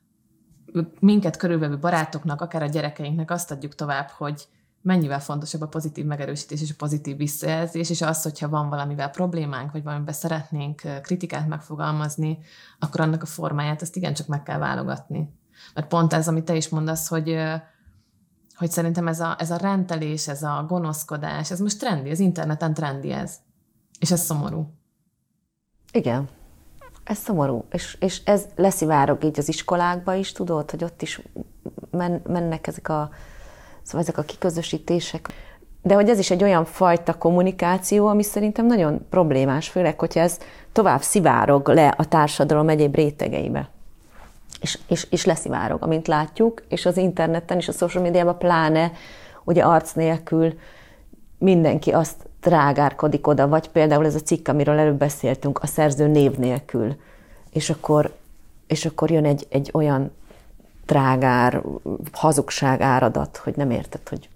minket körülvevő barátoknak, akár a gyerekeinknek azt adjuk tovább, hogy mennyivel fontosabb a pozitív megerősítés és a pozitív visszajelzés, és az, hogyha van valamivel problémánk, vagy valamiben szeretnénk kritikát megfogalmazni, akkor annak a formáját azt igencsak meg kell válogatni. Mert pont ez, amit te is mondasz, hogy, hogy szerintem ez a, ez a rendelés, ez a gonoszkodás, ez most trendi, az interneten trendi ez. És ez szomorú. Igen. Ez szomorú, és, és ez leszivárog így az iskolákba is, tudod, hogy ott is men, mennek ezek a, szóval ezek a kiközösítések. De hogy ez is egy olyan fajta kommunikáció, ami szerintem nagyon problémás, főleg, hogyha ez tovább szivárog le a társadalom egyéb rétegeibe. És, és, és leszivárog, amint látjuk, és az interneten és a social médiában pláne, ugye arc nélkül mindenki azt trágárkodik oda, vagy például ez a cikk, amiről előbb beszéltünk, a szerző név nélkül. És akkor, és akkor jön egy, egy olyan trágár, hazugság áradat, hogy nem érted, hogy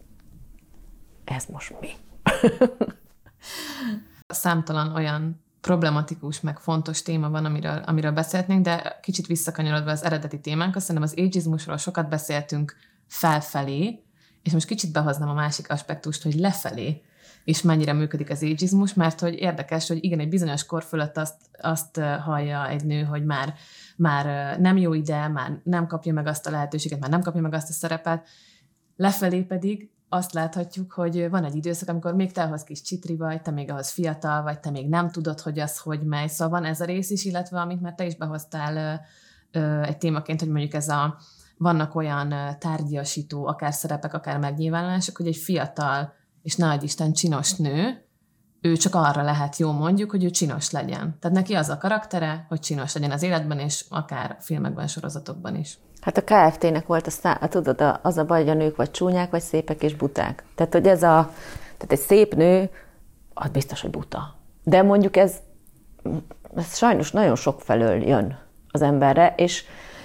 ez most mi. Számtalan olyan problematikus, meg fontos téma van, amiről, amiről beszélhetnénk, de kicsit visszakanyarodva az eredeti témánk, azt szerintem az ageizmusról sokat beszéltünk felfelé, és most kicsit behoznám a másik aspektust, hogy lefelé, és mennyire működik az ageizmus, mert hogy érdekes, hogy igen, egy bizonyos kor fölött azt, azt hallja egy nő, hogy már, már nem jó ide, már nem kapja meg azt a lehetőséget, már nem kapja meg azt a szerepet. Lefelé pedig azt láthatjuk, hogy van egy időszak, amikor még te ahhoz kis csitri vagy, te még ahhoz fiatal vagy, te még nem tudod, hogy az hogy megy. Szóval van ez a rész is, illetve amit már te is behoztál egy témaként, hogy mondjuk ez a, vannak olyan tárgyasító, akár szerepek, akár megnyilvánulások, hogy egy fiatal és nagy Isten csinos nő, ő csak arra lehet jó, mondjuk, hogy ő csinos legyen. Tehát neki az a karaktere, hogy csinos legyen az életben, és akár filmekben, sorozatokban is. Hát a ká ef té-nek volt a szá- tudod, az a baj, hogy a nők vagy csúnyák, vagy szépek és buták. Tehát, hogy ez a, tehát egy szép nő, az biztos, hogy buta. De mondjuk ez, ez sajnos nagyon sok felől jön az emberre, és,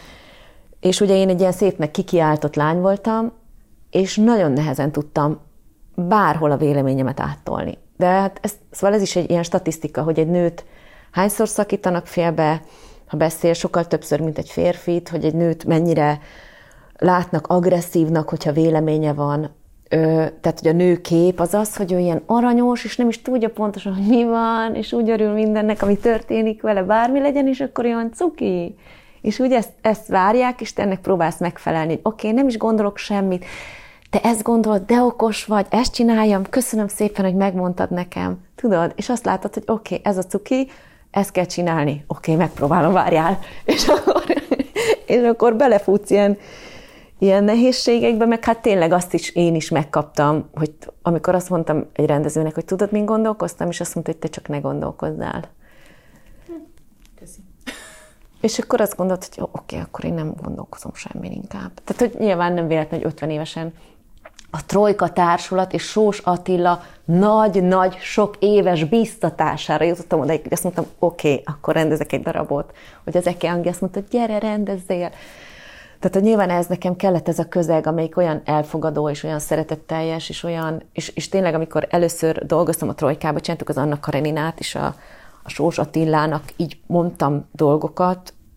és ugye én egy ilyen szépnek kikiáltott lány voltam, és nagyon nehezen tudtam bárhol a véleményemet áttolni. De hát ez, szóval ez is egy ilyen statisztika, hogy egy nőt hányszor szakítanak félbe, ha beszél, sokkal többször, mint egy férfit, hogy egy nőt mennyire látnak agresszívnak, hogyha véleménye van. Ö, tehát, hogy a nő kép az az, hogy ő ilyen aranyos, és nem is tudja pontosan, hogy mi van, és úgy örül mindennek, ami történik vele, bármi legyen, és akkor olyan cuki. És úgy ezt, ezt várják, és te ennek próbálsz megfelelni, hogy oké, okay, nem is gondolok semmit, te ezt gondolod, de okos vagy, ezt csináljam, köszönöm szépen, hogy megmondtad nekem. Tudod? És azt látod, hogy oké, okay, ez a cuki, ezt kell csinálni. Oké, okay, megpróbálom, várjál. És akkor, és akkor belefutsz ilyen, ilyen nehézségekbe, meg hát tényleg azt is én is megkaptam, hogy amikor azt mondtam egy rendezőnek, hogy tudod, min gondolkoztam, és azt mondta, hogy te csak ne gondolkozzál. Köszi. És akkor azt gondolt, hogy oké, okay, akkor én nem gondolkozom semmi inkább. Tehát, hogy nyilván nem véletlen, hogy ötven évesen a Trojka társulat és Sós Attila nagy-nagy, sok éves bíztatására jutottam oda, hogy azt mondtam, oké, okay, akkor rendezek egy darabot. Hogy az Eke Angi azt mondta, hogy gyere, rendezzél. Tehát, hogy nyilván ez nekem kellett ez a közeg, amelyik olyan elfogadó, és olyan szeretetteljes, és olyan, és, és tényleg, amikor először dolgoztam a Trojkába, csináltuk az Anna Kareninát, és a, a Sós Attilának így mondtam dolgokat,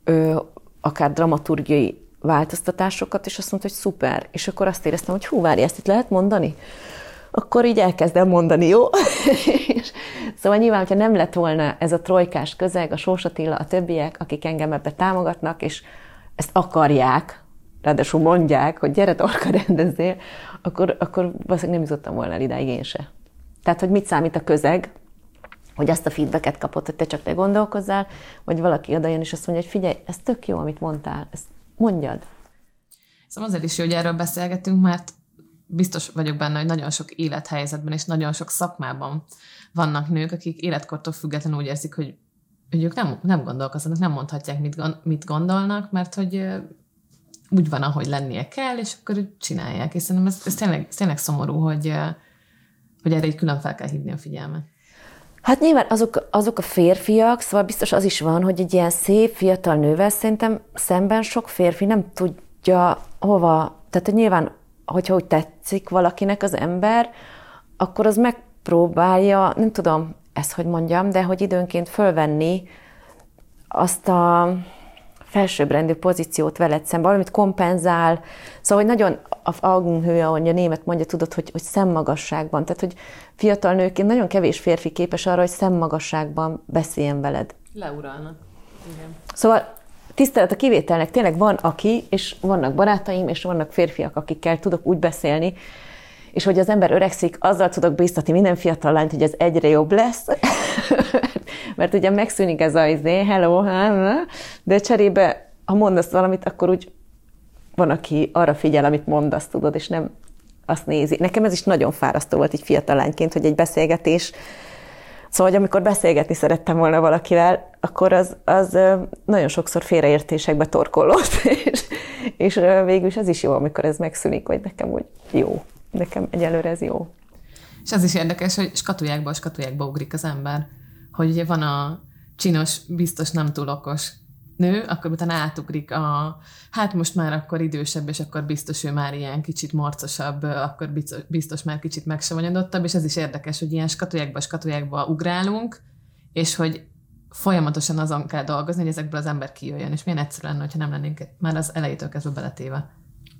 ö, akár dramaturgiai változtatásokat, és azt mondta, hogy szuper. És akkor azt éreztem, hogy hú, várj, ezt itt lehet mondani? Akkor így elkezdem mondani, jó? Szóval nyilván, hogyha nem lett volna ez a trojkás közeg, a Sós Attila, a többiek, akik engem ebbe támogatnak, és ezt akarják, ráadásul mondják, hogy gyere, Dorka, rendezzél, akkor, akkor valószínűleg nem jutottam volna el idáig én se. Tehát, hogy mit számít a közeg, hogy azt a feedbacket kapott, hogy te csak te gondolkozzál, vagy valaki odajön és azt mondja, hogy figyelj, ez tök jó, amit mondtál, ezt mondjad. Szóval azért is jó, hogy erről beszélgetünk, mert biztos vagyok benne, hogy nagyon sok élethelyzetben és nagyon sok szakmában vannak nők, akik életkortól függetlenül úgy érzik, hogy, hogy ők nem, nem gondolkoznak, nem mondhatják, mit, mit gondolnak, mert hogy úgy van, ahogy lennie kell, és akkor csinálják. És szerintem ez, ez, tényleg, ez tényleg szomorú, hogy, hogy erre így külön fel kell hívni a figyelmet. Hát nyilván azok, azok a férfiak, szóval biztos az is van, hogy egy ilyen szép, fiatal nővel szerintem szemben sok férfi nem tudja hova, tehát hogy nyilván, hogyha úgy tetszik valakinek az ember, akkor az megpróbálja, nem tudom ezt, hogy mondjam, de hogy időnként fölvenni azt a felsőbbrendű pozíciót veled szemben, valamit kompenzál. Szóval, hogy nagyon a Augenhöhe, ahogy a német mondja, tudod, hogy, hogy szemmagasságban. Tehát, hogy fiatal nőként nagyon kevés férfi képes arra, hogy szemmagasságban beszéljen veled. Leuralnak. Igen. Szóval tisztelet a kivételnek, tényleg van aki, és vannak barátaim, és vannak férfiak, akikkel tudok úgy beszélni, és hogy az ember öregszik, azzal tudok biztatni minden fiatal lányt, hogy ez egyre jobb lesz, mert ugye megszűnik ez a izé, hello, de cserébe, ha mondasz valamit, akkor úgy van, aki arra figyel, amit mondasz, tudod, és nem azt nézi. Nekem ez is nagyon fárasztó volt így fiatal lányként, hogy egy beszélgetés, szóval, hogy amikor beszélgetni szerettem volna valakivel, akkor az, az nagyon sokszor félreértésekbe torkollott, és, és végül is ez is jó, amikor ez megszűnik, hogy nekem úgy jó. Nekem egyelőre ez jó. És az is érdekes, hogy skatujákba, skatujákba ugrik az ember. Hogy ugye van a csinos, biztos nem túl okos nő, akkor utána átugrik a, hát most már akkor idősebb, és akkor biztos ő már ilyen kicsit morcosabb, akkor biztos már kicsit megsavonyodottabb, és ez is érdekes, hogy ilyen skatujákba, skatujákba ugrálunk, és hogy folyamatosan azon kell dolgozni, hogy ezekből az ember kijöjjön, és milyen egyszerű lenne, hogyha nem lennénk már az elejétől kezdve beletéve.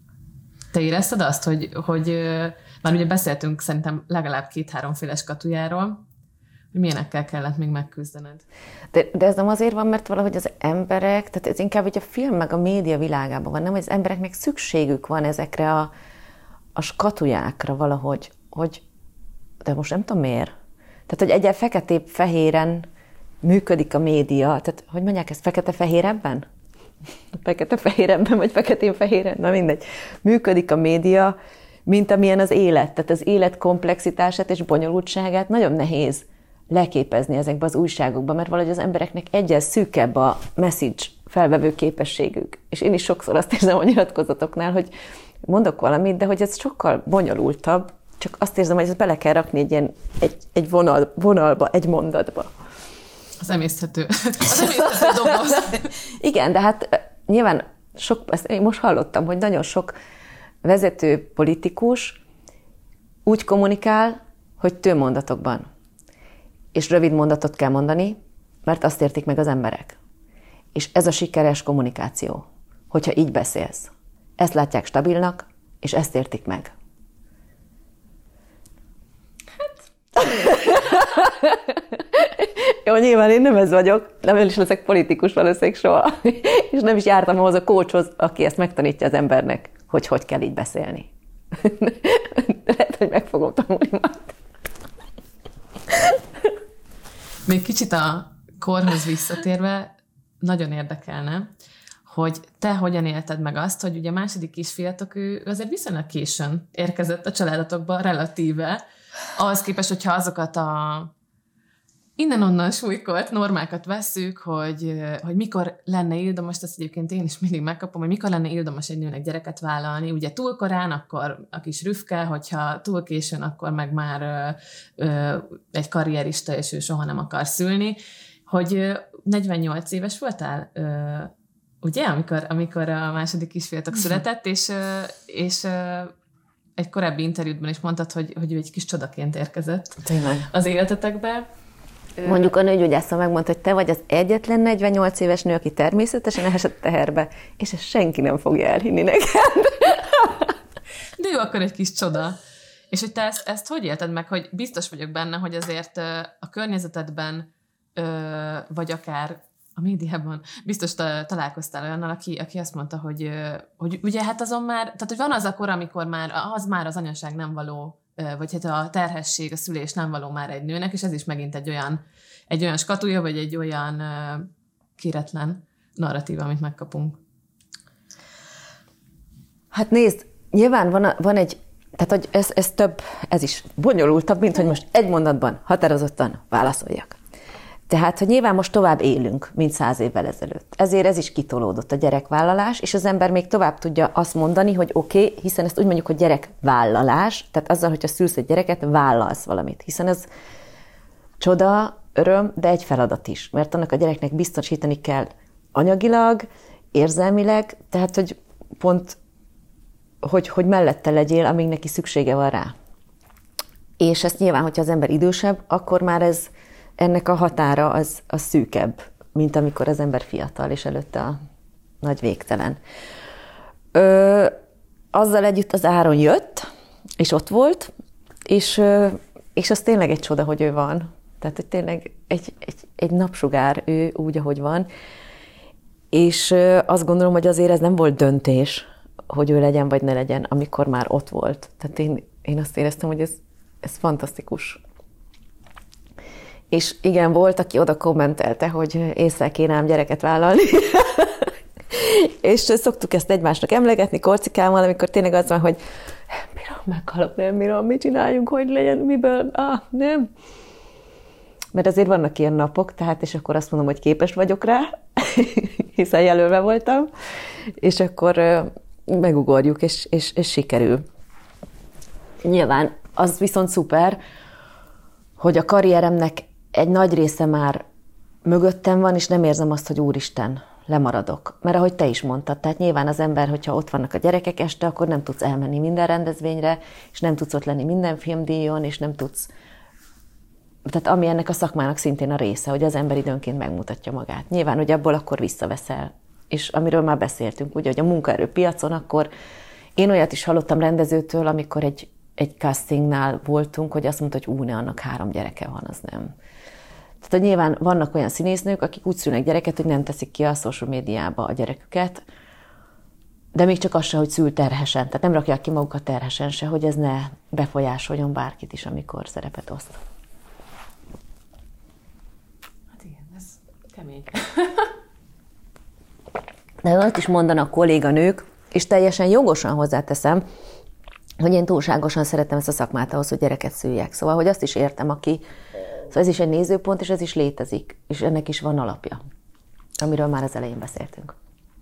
Te érezted azt, hogy, hogy már ugye beszéltünk szerintem legalább két-háromféle skatujáról, hogy milyenekkel kellett még megküzdened? De, de ez nem azért van, mert valahogy az emberek, tehát ez inkább hogy a film meg a média világában van, nem, hogy az embereknek szükségük van ezekre a, a skatujákra valahogy, hogy, de most nem tudom miért. Tehát, hogy egyel feketép-fehéren működik a média, tehát hogy mondják ezt, fekete-fehérebben? Fekete-fehérebben, vagy feketén-fehéren, na mindegy. Működik a média, mint amilyen az élet. Tehát az élet komplexitását és bonyolultságát nagyon nehéz leképezni ezekbe az újságokba, mert valahogy az embereknek egyel szűkebb a message felvevő képességük. És én is sokszor azt érzem a nyilatkozatoknál, hogy mondok valamit, de hogy ez sokkal bonyolultabb, csak azt érzem, hogy ezt bele kell rakni egy, ilyen, egy, egy vonal, vonalba, egy mondatba. Az emészthető. Az emészthető doboz. Igen, de hát nyilván sok, ezt én most hallottam, hogy nagyon sok vezető politikus úgy kommunikál, hogy tőmondatokban. És rövid mondatot kell mondani, mert azt értik meg az emberek. És ez a sikeres kommunikáció, hogyha így beszélsz. Ezt látják stabilnak, és ezt értik meg. Jó, nyilván én nem ez vagyok, nem is leszek politikus valószínűleg soha. És nem is jártam ahhoz a coachhoz, aki ezt megtanítja az embernek, hogy hogy kell így beszélni. Lehet, hogy meg fogom tanulni majd. Még kicsit a korhoz visszatérve, nagyon érdekelne, hogy te hogyan élted meg azt, hogy ugye a második kisfiatok, ő azért viszonylag későn érkezett a családotokba relatíve, ahhoz képest, hogyha azokat a innen-onnan súlykolt normákat vesszük, hogy, hogy mikor lenne ildomos, ezt egyébként én is mindig megkapom, hogy mikor lenne ildomos egy nőnek gyereket vállalni. Ugye túl korán, akkor a kis rüfke, hogyha túl későn, akkor meg már ö, ö, egy karrierista, és ő soha nem akar szülni. Hogy negyvennyolc éves voltál, ö, ugye, amikor, amikor a második kisfiatok született, és, ö, és ö, egy korábbi interjútban is mondtad, hogy, hogy ő egy kis csodaként érkezett Tényleg. az életetekbe. Mondjuk a nőgyógyászom megmondta, hogy te vagy az egyetlen negyvennyolc éves nő, aki természetesen esett teherbe, és ezt senki nem fogja elhinni neked. De jó, akkor egy kis csoda. És hogy te ezt, ezt hogy élted meg, hogy biztos vagyok benne, hogy azért a környezetedben, vagy akár a médiában biztos találkoztál olyannal, aki, aki azt mondta, hogy, hogy ugye hát azon már, tehát hogy van az a kor, amikor már az már az anyaság nem való, vagy hát a terhesség, a szülés nem való már egy nőnek, és ez is megint egy olyan, egy olyan skatúja, vagy egy olyan kéretlen narratíva, amit megkapunk. Hát nézd, nyilván van, a, van egy, tehát hogy ez, ez több, ez is bonyolultabb, mint hogy most egy mondatban határozottan válaszoljak. Tehát, hogy nyilván most tovább élünk, mint száz évvel ezelőtt. Ezért ez is kitolódott a gyerekvállalás, és az ember még tovább tudja azt mondani, hogy oké, okay, hiszen ezt úgy mondjuk, hogy gyerekvállalás, tehát azzal, hogyha szülsz egy gyereket, vállalsz valamit, hiszen ez csoda, öröm, de egy feladat is, mert annak a gyereknek biztosítani kell anyagilag, érzelmileg, tehát, hogy pont, hogy, hogy mellette legyél, amíg neki szüksége van rá. És ezt nyilván, hogyha az ember idősebb, akkor már ez ennek a határa az, az szűkebb, mint amikor az ember fiatal, és előtte a nagy végtelen. Ö, azzal együtt az Áron jött, és ott volt, és, ö, és az tényleg egy csoda, hogy ő van. Tehát, hogy tényleg egy, egy, egy napsugár ő úgy, ahogy van. És ö, azt gondolom, hogy azért ez nem volt döntés, hogy ő legyen, vagy ne legyen, amikor már ott volt. Tehát én, én azt éreztem, hogy ez, ez fantasztikus. És igen, volt, aki oda kommentelte, hogy észre kéne ám gyereket vállalni. És szoktuk ezt egymásnak emlegetni Korcikámmal, amikor tényleg az van, hogy bírom, meghalok, nem bírom, mit csináljunk, hogy legyen, miből, ah, nem. Mert azért vannak ilyen napok, tehát, és akkor azt mondom, hogy képes vagyok rá, hiszen jelölve voltam, és akkor megugorjuk, és, és, és sikerül. Nyilván az viszont szuper, hogy a karrieremnek egy nagy része már mögöttem van, és nem érzem azt, hogy úristen, lemaradok. Mert ahogy te is mondtad, tehát nyilván az ember, hogyha ott vannak a gyerekek este, akkor nem tudsz elmenni minden rendezvényre, és nem tudsz ott lenni minden filmdíjon, és nem tudsz... Tehát ami ennek a szakmának szintén a része, hogy az ember időnként megmutatja magát. Nyilván, hogy abból akkor visszaveszel. És amiről már beszéltünk, ugye, hogy a munkaerőpiacon, akkor én olyat is hallottam rendezőtől, amikor egy egy castingnál voltunk, hogy azt mondta, hogy ú, ne, annak három gyereke van, az nem. Tehát hogy nyilván vannak olyan színésznők, akik úgy szülnek gyereket, hogy nem teszik ki a social médiába a gyereküket, de még csak az se, hogy szül terhesen, tehát nem rakják ki magukat terhesen se, hogy ez ne befolyásoljon bárkit is, amikor szerepet oszt. Hát igen, ez kemény. De azt is mondanak kolléganők, és teljesen jogosan hozzáteszem, hogy én túlságosan szeretem ezt a szakmát ahhoz, hogy gyereket szüljek. Szóval, hogy azt is értem, aki... Szóval ez is egy nézőpont, és ez is létezik. És ennek is van alapja, amiről már az elején beszéltünk.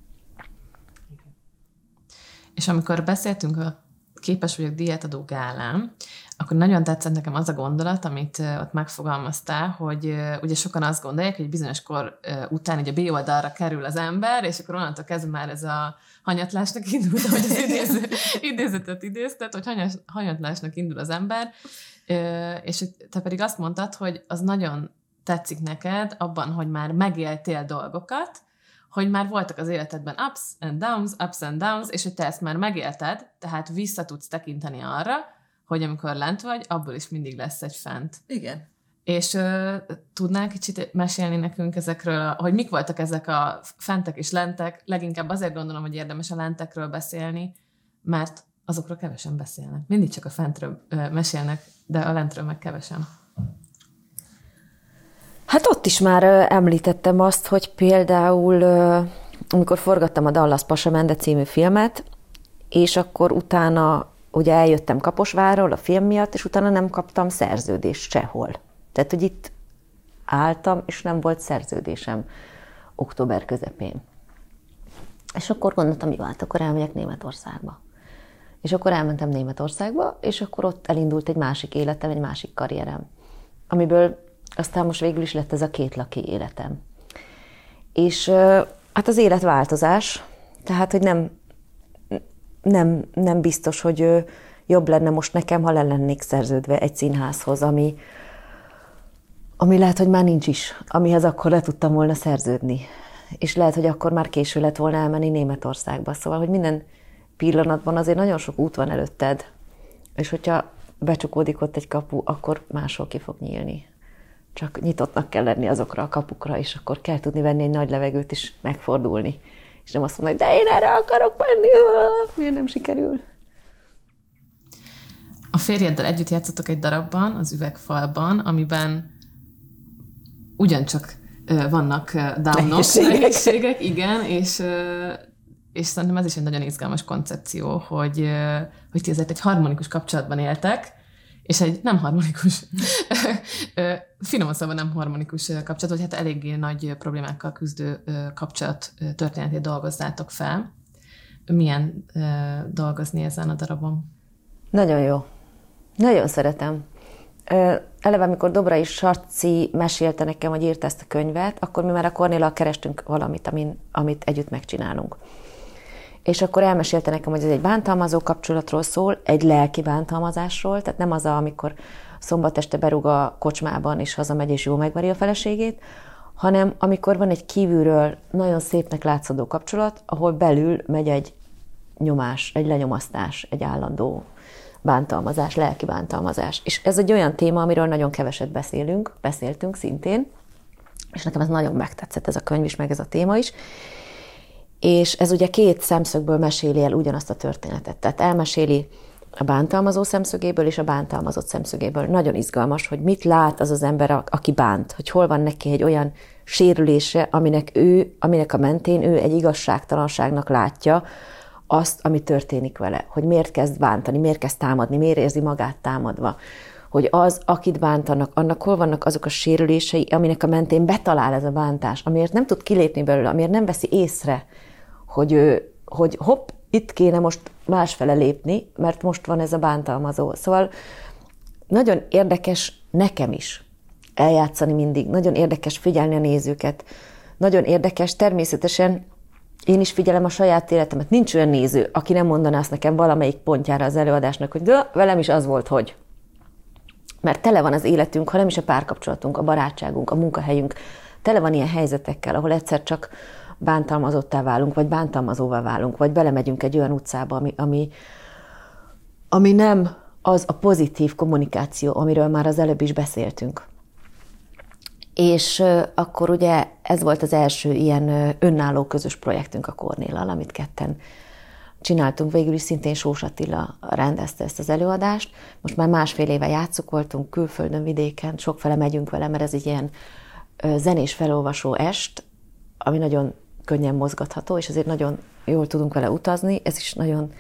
És amikor beszéltünk a Képes vagyok diétadó gálán, akkor nagyon tetszett nekem az a gondolat, amit ott megfogalmaztál, hogy ugye sokan azt gondolják, hogy bizonyos kor után így a B oldalra kerül az ember, és akkor onnantól kezdve már ez a hanyatlásnak indul, hogy az idéző, idézetet idéztet, hogy hanyas, hanyatlásnak indul az ember, és te pedig azt mondtad, hogy az nagyon tetszik neked abban, hogy már megéltél dolgokat, hogy már voltak az életedben ups and downs, ups and downs, és hogy te ezt már megélted, tehát vissza tudsz tekinteni arra, hogy amikor lent vagy, abból is mindig lesz egy fent. Igen. És uh, tudnál kicsit mesélni nekünk ezekről, hogy mik voltak ezek a fentek és lentek? Leginkább azért gondolom, hogy érdemes a lentekről beszélni, mert azokról kevesen beszélnek. Mindig csak a fentről uh, mesélnek, de a lentről meg kevesen. Hát ott is már említettem azt, hogy például, amikor forgattam a Dallas Pasamende című filmet, és akkor utána ugye eljöttem Kaposvárról a film miatt, és utána nem kaptam szerződést sehol. Tehát, hogy itt álltam, és nem volt szerződésem október közepén. És akkor gondoltam, mi vált, akkor elmegyek Németországba. És akkor elmentem Németországba, és akkor ott elindult egy másik életem, egy másik karrierem, amiből aztán most végül is lett ez a kétlaki életem. És hát az életváltozás, tehát, hogy nem, nem, nem biztos, hogy jobb lenne most nekem, ha le lennék szerződve egy színházhoz, ami, ami lehet, hogy már nincs is, amihez akkor le tudtam volna szerződni. És lehet, hogy akkor már késő lett volna elmenni Németországba. Szóval, hogy minden pillanatban azért nagyon sok út van előtted, és hogyha becsukódik ott egy kapu, akkor máshol ki fog nyílni. Csak nyitottnak kell lenni azokra a kapukra, és akkor kell tudni venni egy nagy levegőt és megfordulni. És nem azt mondani, hogy de én erre akarok menni, miért nem sikerül. A férjeddel együtt játszottok egy darabban, az Üvegfalban, amiben ugyancsak vannak downok, nehézségek, igen, és, és szerintem ez is egy nagyon izgalmas koncepció, hogy, hogy ti ezért egy harmonikus kapcsolatban éltek, és egy nem harmonikus, finoman szóval nem harmonikus kapcsolat, vagy hát eléggé nagy problémákkal küzdő kapcsolat történetét dolgozzátok fel. Milyen dolgozni ezen a darabon? Nagyon jó. Nagyon szeretem. Eleve, amikor Dobrai Sarci mesélte nekem, hogy írta ezt a könyvet, akkor mi már a Kornéllal kerestünk valamit, amin, amit együtt megcsinálunk. És akkor elmesélte nekem, hogy ez egy bántalmazó kapcsolatról szól, egy lelki bántalmazásról, tehát nem az, a, amikor szombat este berúg a kocsmában, és hazamegy, és jól megveri a feleségét, hanem amikor van egy kívülről nagyon szépnek látszódó kapcsolat, ahol belül megy egy nyomás, egy lenyomasztás, egy állandó bántalmazás, lelki bántalmazás. És ez egy olyan téma, amiről nagyon keveset beszélünk, beszéltünk szintén, és nekem ez nagyon megtetszett, ez a könyv is, meg ez a téma is. És ez ugye két szemszögből meséli el ugyanazt a történetet. Tehát elmeséli a bántalmazó szemszögéből és a bántalmazott szemszögéből. Nagyon izgalmas, hogy mit lát az az ember, aki bánt, hogy hol van neki egy olyan sérülése, aminek ő, aminek a mentén ő egy igazságtalanságnak látja azt, ami történik vele, hogy miért kezd bántani, miért kezd támadni, miért érzi magát támadva, hogy az, akit bántanak, annak hol vannak azok a sérülései, aminek a mentén betalál ez a bántás, amiért nem tud kilépni belőle, amiért nem veszi észre, hogy, ő, hogy hopp, itt kéne most másfele lépni, mert most van ez a bántalmazó. Szóval nagyon érdekes nekem is eljátszani mindig, nagyon érdekes figyelni a nézőket, nagyon érdekes természetesen. Én is figyelem a saját életemet. Nincs olyan néző, aki nem mondaná azt nekem valamelyik pontjára az előadásnak, hogy de velem is az volt, hogy. Mert tele van az életünk, ha nem is a párkapcsolatunk, a barátságunk, a munkahelyünk, tele van ilyen helyzetekkel, ahol egyszer csak bántalmazottá válunk, vagy bántalmazóvá válunk, vagy belemegyünk egy olyan utcába, ami, ami, ami nem az a pozitív kommunikáció, amiről már az előbb is beszéltünk. És akkor ugye ez volt az első ilyen önálló közös projektünk a Kornéllal, amit ketten csináltunk. Végül is szintén Sós Attila rendezte ezt az előadást. Most már másfél éve játszuk voltunk külföldön, vidéken, sokfele megyünk vele, mert ez egy ilyen zenés felolvasó est, ami nagyon könnyen mozgatható, és azért nagyon jól tudunk vele utazni. Ez is nagyon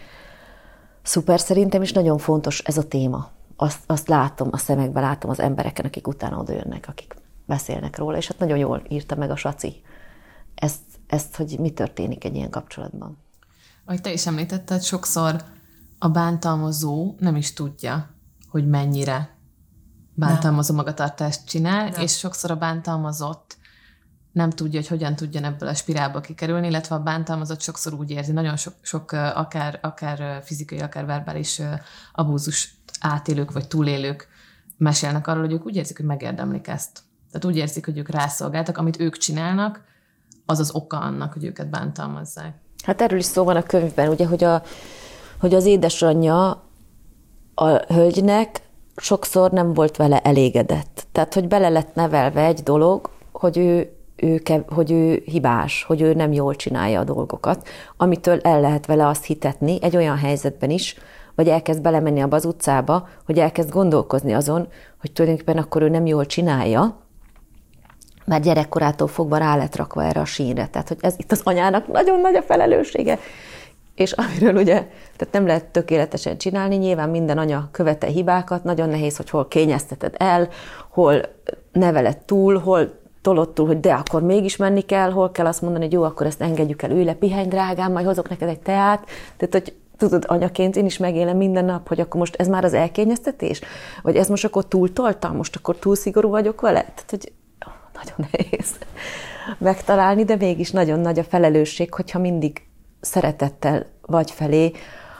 szuper szerintem, és nagyon fontos ez a téma. Azt, azt látom, a szemekben látom az embereken, akik utána oda jönnek, akik beszélnek róla, és hát nagyon jól írta meg a Saci ezt, ezt, hogy mi történik egy ilyen kapcsolatban. Ahogy te is említetted, sokszor a bántalmazó nem is tudja, hogy mennyire bántalmazó magatartást csinál, de. És sokszor a bántalmazott nem tudja, hogy hogyan tudjon ebből a spirálból kikerülni, illetve a bántalmazott sokszor úgy érzi, nagyon sok, sok akár, akár fizikai, akár verbális abúzus átélők vagy túlélők mesélnek arról, hogy ők úgy érzik, hogy megérdemlik ezt. Tehát úgy érzik, hogy ők rászolgáltak, amit ők csinálnak, az az oka annak, hogy őket bántalmazzák. Hát erről is szó van a könyvben, ugye, hogy, a, hogy az édesanyja a hölgynek sokszor nem volt vele elégedett. Tehát, hogy bele lett nevelve egy dolog, hogy ő, ő, hogy ő hibás, hogy ő nem jól csinálja a dolgokat, amitől el lehet vele azt hitetni egy olyan helyzetben is, vagy elkezd belemenni abba az utcába, hogy elkezd gondolkozni azon, hogy tulajdonképpen akkor ő nem jól csinálja, mert gyerekkorától fogva rá lett rakva erre a sínre. Tehát, hogy ez itt az anyának nagyon nagy a felelőssége. És amiről ugye, tehát nem lehet tökéletesen csinálni, nyilván minden anya követel hibákat, nagyon nehéz, hogy hol kényezteted el, hol neveled túl, hol tolod túl, hogy de akkor mégis menni kell, hol kell azt mondani, hogy jó, akkor ezt engedjük el, ülj le, pihenj drágám, majd hozok neked egy teát. Tehát, hogy tudod, anyaként én is megélem minden nap, hogy akkor most ez már az elkényeztetés? Vagy ez most akkor túltoltam, most akkor túl szigorú vagyok vele? Tehát, hogy nagyon nehéz megtalálni, de mégis nagyon nagy a felelősség, hogyha mindig szeretettel vagy felé,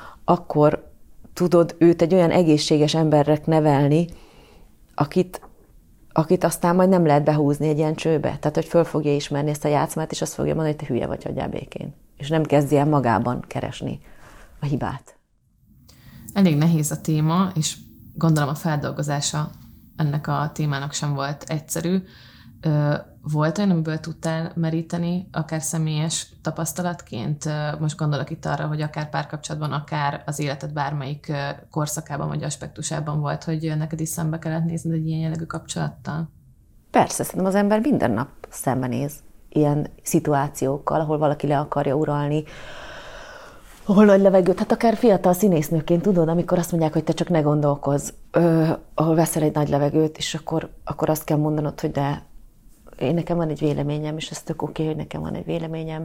akkor tudod őt egy olyan egészséges embernek nevelni, akit, akit aztán majd nem lehet behúzni egy ilyen csőbe. Tehát, hogy föl fogja ismerni ezt a játszmát, és azt fogja mondani, hogy te hülye vagy, hagyjál békén. És nem kezdi el magában keresni a hibát. Elég nehéz a téma, és gondolom a feldolgozása ennek a témának sem volt egyszerű. Volt olyan, amiből tudtál meríteni, akár személyes tapasztalatként? Most gondolok itt arra, hogy akár párkapcsolatban, akár az életed bármelyik korszakában vagy aspektusában volt, hogy neked is szembe kellett nézned egy ilyen jellegű kapcsolattal? Persze, szerintem az ember minden nap szembenéz ilyen szituációkkal, ahol valaki le akarja uralni, ahol nagy levegőt, hát akár fiatal színésznőként tudod, amikor azt mondják, hogy te csak ne gondolkozz, ö, ahol veszel egy nagy levegőt, és akkor, akkor azt kell mondanod, hogy de én nekem van egy véleményem, és ez tök oké, hogy nekem van egy véleményem.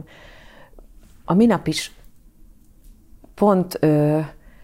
A minap is pont, ö,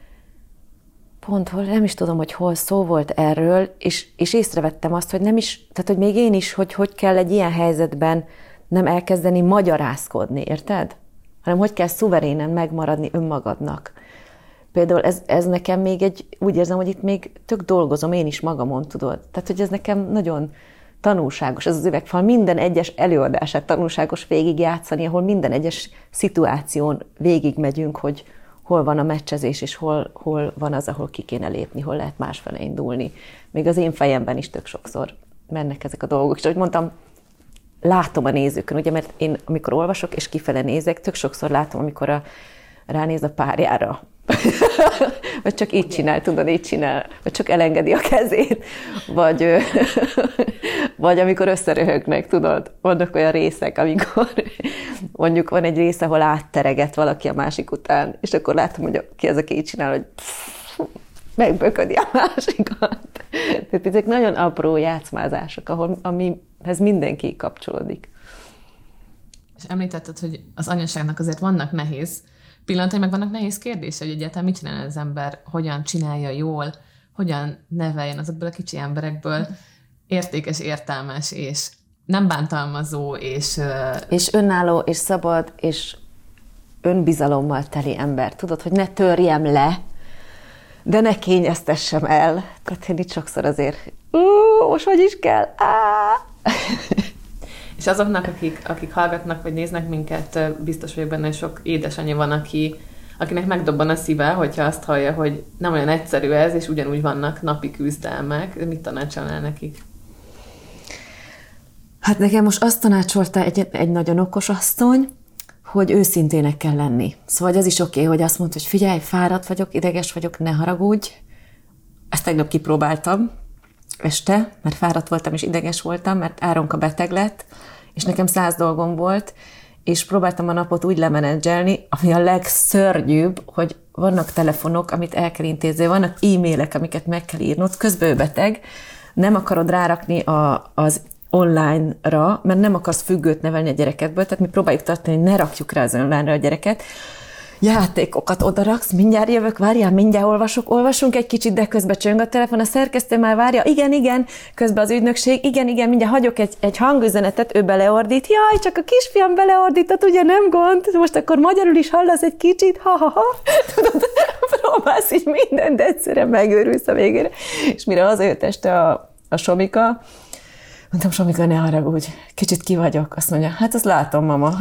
pont hol, nem is tudom, hogy hol szó volt erről, és, és észrevettem azt, hogy nem is, tehát hogy még én is, hogy hogy kell egy ilyen helyzetben nem elkezdeni magyarázkodni, érted? Hanem hogy kell szuverénen megmaradni önmagadnak. Például ez, ez nekem még egy, úgy érzem, hogy itt még tök dolgozom én is magamon, tudod. Tehát, hogy ez nekem nagyon tanulságos, ez az üvegfal, minden egyes előadását tanulságos végigjátszani, ahol minden egyes szituáción végigmegyünk, hogy hol van a meccsezés, és hol, hol van az, ahol ki kéne lépni, hol lehet másfele indulni. Még az én fejemben is tök sokszor mennek ezek a dolgok. És ahogy mondtam, látom a nézőkön, ugye, mert én amikor olvasok és kifele nézek, tök sokszor látom, amikor a, ránéz a párjára. Vagy csak így csinál, tudod, így csinál. Vagy csak elengedi a kezét. Vagy, vagy amikor összeröhögnek, tudod. Vannak olyan részek, amikor mondjuk van egy rész, ahol áttereget valaki a másik után, és akkor látom, hogy ki az, aki így csinál, hogy megböködi a másikat. Tehát ezek nagyon apró játszmázások, ahol, amihez mindenki kapcsolódik. És említetted, hogy az anyaságnak azért vannak nehéz pillanatai, meg vannak nehéz kérdések, hogy egyáltalán mit csinál az ember, hogyan csinálja jól, hogyan neveljen azokból a kicsi emberekből értékes, értelmes, és nem bántalmazó, és... És önálló, és szabad, és önbizalommal teli ember. Tudod, hogy ne törjem le, de ne kényeztessem el. Tehát én itt sokszor azért, ú, most hogy is kell? Á! És azoknak, akik, akik hallgatnak, vagy néznek minket, biztos vagyok benne, hogy sok édesanyja van, aki, akinek megdobban a szíve, hogyha azt hallja, hogy nem olyan egyszerű ez, és ugyanúgy vannak napi küzdelmek. Mit tanácsolnál nekik? Hát nekem most azt tanácsolta egy, egy nagyon okos asszony, hogy őszintének kell lenni. Szóval az is oké, okay, hogy azt mondta, hogy figyelj, fáradt vagyok, ideges vagyok, ne haragudj. Ezt tegnap kipróbáltam este, mert fáradt voltam és ideges voltam, mert Áronka beteg lett, és nekem száz dolgom volt, és próbáltam a napot úgy lemenedzselni, ami a legszörnyűbb, hogy vannak telefonok, amit el kell intézni, vannak e-mailek, amiket meg kell írnod, közben ő beteg, nem akarod rárakni a, az online-ra, mert nem akarsz függőt nevelni a gyerekedből, tehát mi próbáljuk tartani, hogy ne rakjuk rá az online-ra a gyereket. Játékokat odaraksz, mindjárt jövök, várjál, mindjárt olvasok, olvasunk egy kicsit, de közben csöng a telefon, a szerkesztő már várja, igen, igen, közben az ügynökség, igen, igen, mindjárt hagyok egy, egy hangüzenetet, ő beleordít, jaj, csak a kisfiam beleordított, ugye nem gond, most akkor magyarul is hallasz egy kicsit, ha-ha-ha, tudod, próbálsz így mindent, de egyszerűen megőrülsz a végére. És mire hazajött este a, a Somika, mondtam, Somika, ne haragudj, kicsit ki vagyok. Azt mondja, hát azt látom, mama.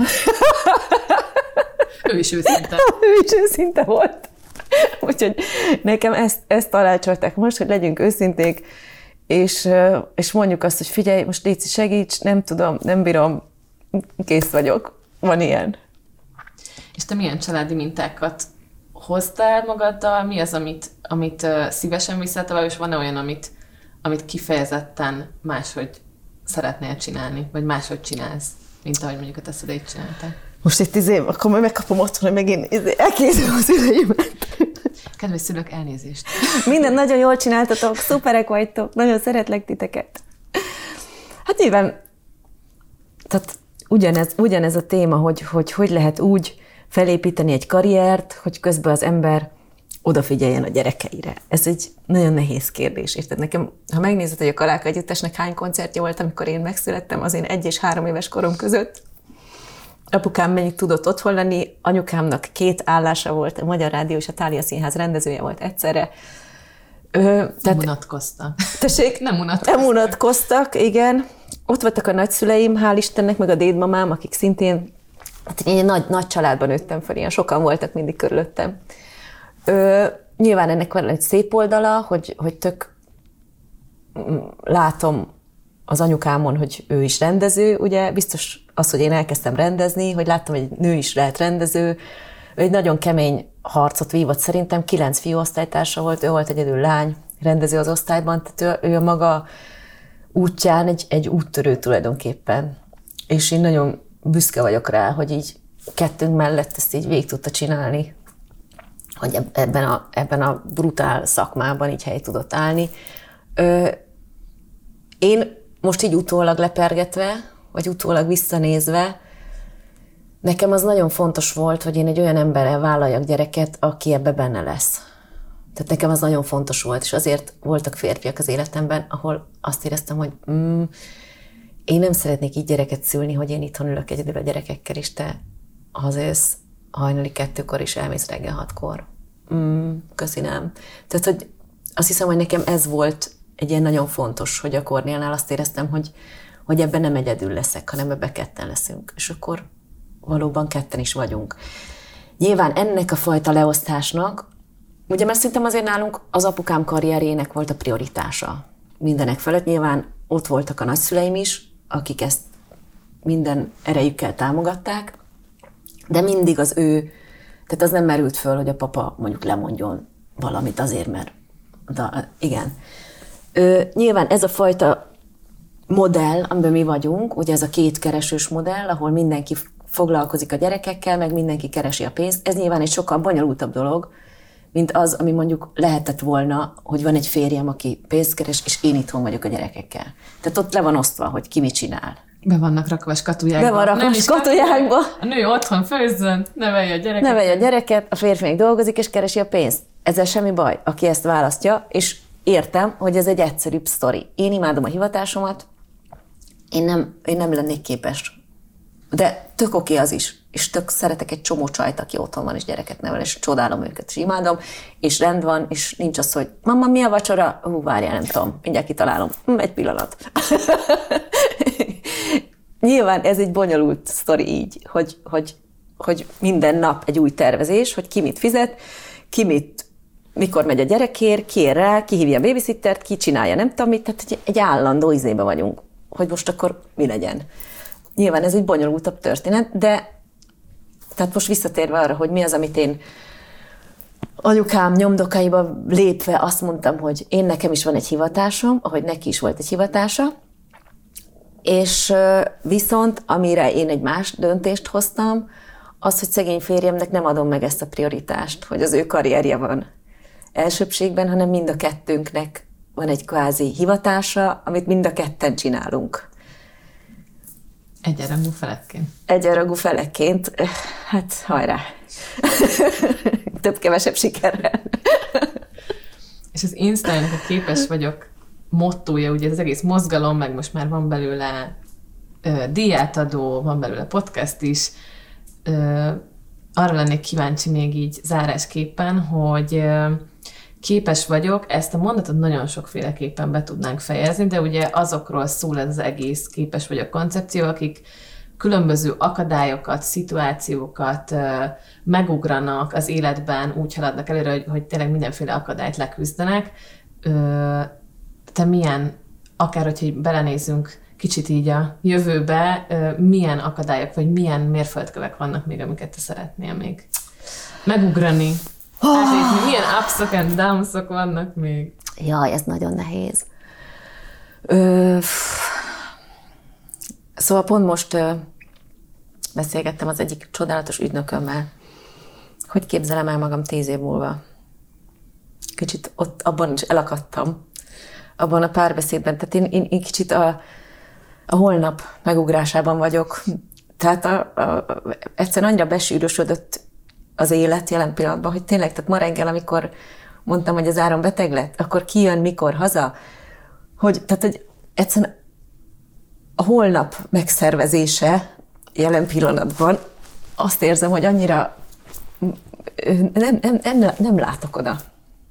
Ő is őszinte. Ő is őszinte volt. Úgyhogy nekem ezt, ezt tanácsolták most, hogy legyünk őszinték, és, és mondjuk azt, hogy figyelj, most légy, segíts, nem tudom, nem bírom, kész vagyok. Van ilyen. És te milyen családi mintákat hoztál magaddal? Mi az, amit, amit szívesen viszel tovább, és van-e olyan, amit, amit kifejezetten máshogy szeretnél csinálni, vagy máshogy csinálsz, mint ahogy mondjuk a te szüleid csinálták? Most egy tíz év, akkor majd megkapom otthon, hogy megint elkészül a szüleimet. Kedves szülők, elnézést. Minden nagyon jól csináltatok, szuperek vagytok, nagyon szeretlek titeket. Hát nyilván, tehát ugyanez, ugyanez a téma, hogy, hogy hogy lehet úgy felépíteni egy karriert, hogy közben az ember odafigyeljen a gyerekeire. Ez egy nagyon nehéz kérdés. Érted? Nekem, ha megnézed, hogy a Kaláka Együttesnek hány koncertje volt, amikor én megszülettem az én egy és három éves korom között, apukám mennyit tudott otthon lenni, anyukámnak két állása volt, a Magyar Rádió és a Thália Színház rendezője volt egyszerre. Ö, tehát, nem unatkoztak. Tessék? Nem unatkoztak. Nem unatkoztak, igen. Ott voltak a nagyszüleim, hál' Istennek, meg a dédmamám, akik szintén, hát én egy nagy, nagy családban nőttem fel, ilyen sokan voltak mindig körülöttem. Ö, nyilván ennek van egy szép oldala, hogy, hogy tök látom az anyukámon, hogy ő is rendező, ugye biztos az, hogy én elkezdtem rendezni, hogy láttam, hogy egy nő is lehet rendező, ő egy nagyon kemény harcot vívott szerintem, kilenc fiú osztálytársa volt, ő volt egyedül lány, rendező az osztályban, tehát ő, ő a maga útján egy, egy úttörő tulajdonképpen. És én nagyon büszke vagyok rá, hogy így kettőnk mellett ezt így végig tudta csinálni, hogy ebben a, ebben a brutál szakmában így helyt tudott állni. Ö, én most így utólag lepergetve, vagy utólag visszanézve, nekem az nagyon fontos volt, hogy én egy olyan emberrel vállaljak gyereket, aki ebbe benne lesz. Tehát nekem az nagyon fontos volt, és azért voltak férfiak az életemben, ahol azt éreztem, hogy mm, én nem szeretnék így gyereket szülni, hogy én itthon ülök egyedül a gyerekekkel, és te hazajössz hajnali kettőkor, és elmész reggel hatkor. Mm, köszi, nem. Tehát, hogy azt hiszem, hogy nekem ez volt egy ilyen nagyon fontos, hogy a Kornélnál azt éreztem, hogy, hogy ebben nem egyedül leszek, hanem ebben ketten leszünk. És akkor valóban ketten is vagyunk. Nyilván ennek a fajta leosztásnak, ugye mert szerintem azért nálunk az apukám karrierjének volt a prioritása mindenek felett. Nyilván ott voltak a nagyszüleim is, akik ezt minden erejükkel támogatták, de mindig az ő, tehát az nem merült föl, hogy a papa mondjuk lemondjon valamit azért, mert de, igen. Ö, nyilván ez a fajta modell, amiben mi vagyunk, ugye ez a kétkeresős modell, ahol mindenki foglalkozik a gyerekekkel, meg mindenki keresi a pénzt, ez nyilván egy sokkal bonyolultabb dolog, mint az, ami mondjuk lehetett volna, hogy van egy férjem, aki pénzt keres, és én itthon vagyok a gyerekekkel. Tehát ott le van osztva, hogy ki mit csinál. Be vannak rakva skatujákba. Be van rakva skatujákba. A nő otthon főzzön, nevelje a gyereket. Nevelje a gyereket, a férfi még dolgozik, és keresi a pénzt. Ezzel semmi baj, aki ezt választja, és értem, hogy ez egy egyszerűbb sztori. Én imádom a hivatásomat, én nem, én nem lennék képes. De tök oké az is. És tök szeretek egy csomó csajt, aki otthon van, és gyereket nevel, és csodálom őket, és imádom, és rend van, és nincs az, hogy mama, mi a vacsora? Hú, várjál, nem tudom, mindjárt kitalálom. Hm, egy pillanat. Nyilván ez egy bonyolult sztori így, hogy, hogy, hogy minden nap egy új tervezés, hogy ki mit fizet, ki mit, mikor megy a gyerekért, ki ér rá, ki hívja a babysittert, ki csinálja, nem tudom mit, tehát egy, egy állandó izébe vagyunk, hogy most akkor mi legyen. Nyilván ez egy bonyolultabb történet, de tehát most visszatérve arra, hogy mi az, amit én anyukám nyomdokaiba lépve azt mondtam, hogy én nekem is van egy hivatásom, ahogy neki is volt egy hivatása, és viszont amire én egy más döntést hoztam, az, hogy szegény férjemnek nem adom meg ezt a prioritást, hogy az ő karrierje van elsőbbségben, hanem mind a kettőnknek van egy kvázi hivatása, amit mind a ketten csinálunk. Egyenrangú felekként. Egyenrangú felekként. Hát hajrá! Több-kevesebb sikerrel. És az Instának a képes vagyok mottója, ugye az egész mozgalom, meg most már van belőle ö, díjátadó, van belőle podcast is. Ö, arra lennék kíváncsi még így zárásképpen, hogy ö, képes vagyok, ezt a mondatot nagyon sokféleképpen be tudnánk fejezni, de ugye azokról szól ez az egész képes vagyok koncepció, akik különböző akadályokat, szituációkat ö, megugranak az életben, úgy haladnak előre, hogy, hogy tényleg mindenféle akadályt leküzdenek. Ö, te milyen, akár hogyha belenézünk kicsit így a jövőbe, ö, milyen akadályok, vagy milyen mérföldkövek vannak még, amiket te szeretnél még megugrani? Átépni, milyen ups-ok and downs-ok vannak még? Jaj, ez nagyon nehéz. Ö, szóval pont most ö, beszélgettem az egyik csodálatos ügynökömmel, hogy képzelem el magam tíz év múlva. Kicsit ott abban is elakadtam, abban a párbeszédben. Tehát én, én, én kicsit a, a holnap megugrásában vagyok. Tehát a, a, egyszerűen annyira besűrösödött az élet jelen pillanatban, hogy tényleg, tehát ma reggel, amikor mondtam, hogy az Áron beteg lett, akkor ki jön, mikor haza, hogy, tehát, hogy egyszerűen a holnap megszervezése jelen pillanatban azt érzem, hogy annyira nem, nem, nem, nem látok oda.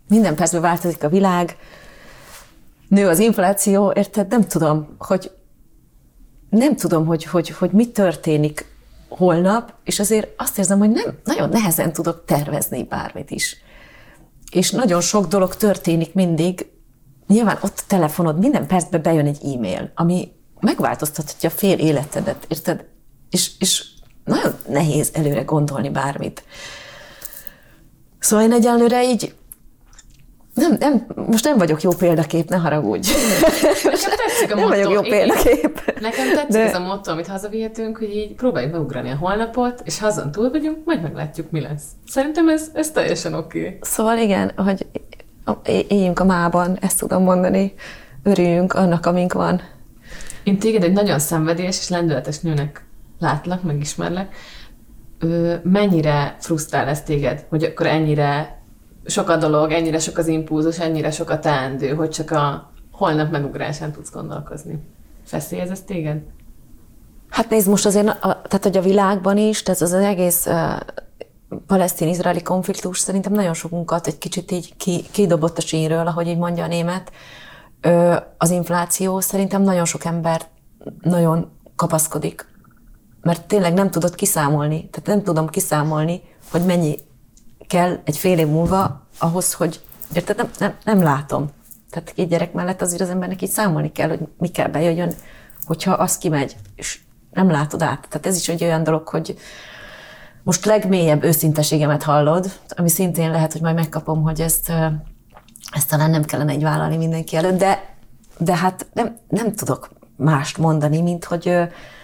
minden percben változik a világ, nő az infláció, érted? Nem tudom, hogy nem tudom, hogy, hogy, hogy mi történik holnap, és azért azt érzem, hogy nem, nagyon nehezen tudok tervezni bármit is. És nagyon sok dolog történik mindig. Nyilván ott a telefonod, minden percben bejön egy e-mail, ami megváltoztathatja fél életedet, érted? És, és nagyon nehéz előre gondolni bármit. Szóval én egyelőre így nem, nem, most nem vagyok jó példakép, ne haragudj. Nekem tetszik a nem motto. vagyok jó példakép. Én, nekem tetszik de... ez a motto, amit hazavihetünk, hogy így próbáljuk beugrani a holnapot, és ha azon túl vagyunk, majd meglátjuk, mi lesz. Szerintem ez, ez teljesen oké. Okay. Szóval igen, hogy éljünk a mában, ezt tudom mondani, örüljünk annak, amink van. Én téged egy nagyon szenvedélyes és lendületes nőnek látlak, megismerlek. Ö, mennyire frusztrál ez téged, hogy akkor ennyire sok a dolog, ennyire sok az impulzus, ennyire sok a teendő, hogy csak a holnap megugrásán tudsz gondolkozni. Feszélyez ez téged? Hát nézd, most azért, a, tehát hogy a világban is, tehát az, az egész uh, palesztin-izraeli konfliktus szerintem nagyon sokunkat egy kicsit így ki, kidobott a sínről, ahogy így mondja a német. Ö, az infláció szerintem nagyon sok ember nagyon kapaszkodik, mert tényleg nem tudod kiszámolni, tehát nem tudom kiszámolni, hogy mennyi kell egy fél év múlva ahhoz, hogy, érted, nem, nem, nem látom. Tehát két gyerek mellett azért az embernek így számolni kell, hogy mi kell bejöjjön, hogyha az kimegy, és nem látod át. Tehát ez is egy olyan dolog, hogy most legmélyebb őszinteségemet hallod, ami szintén lehet, hogy majd megkapom, hogy ezt, ezt talán nem kellene így vállalni mindenki előtt, de, de hát nem, nem tudok mást mondani, mint hogy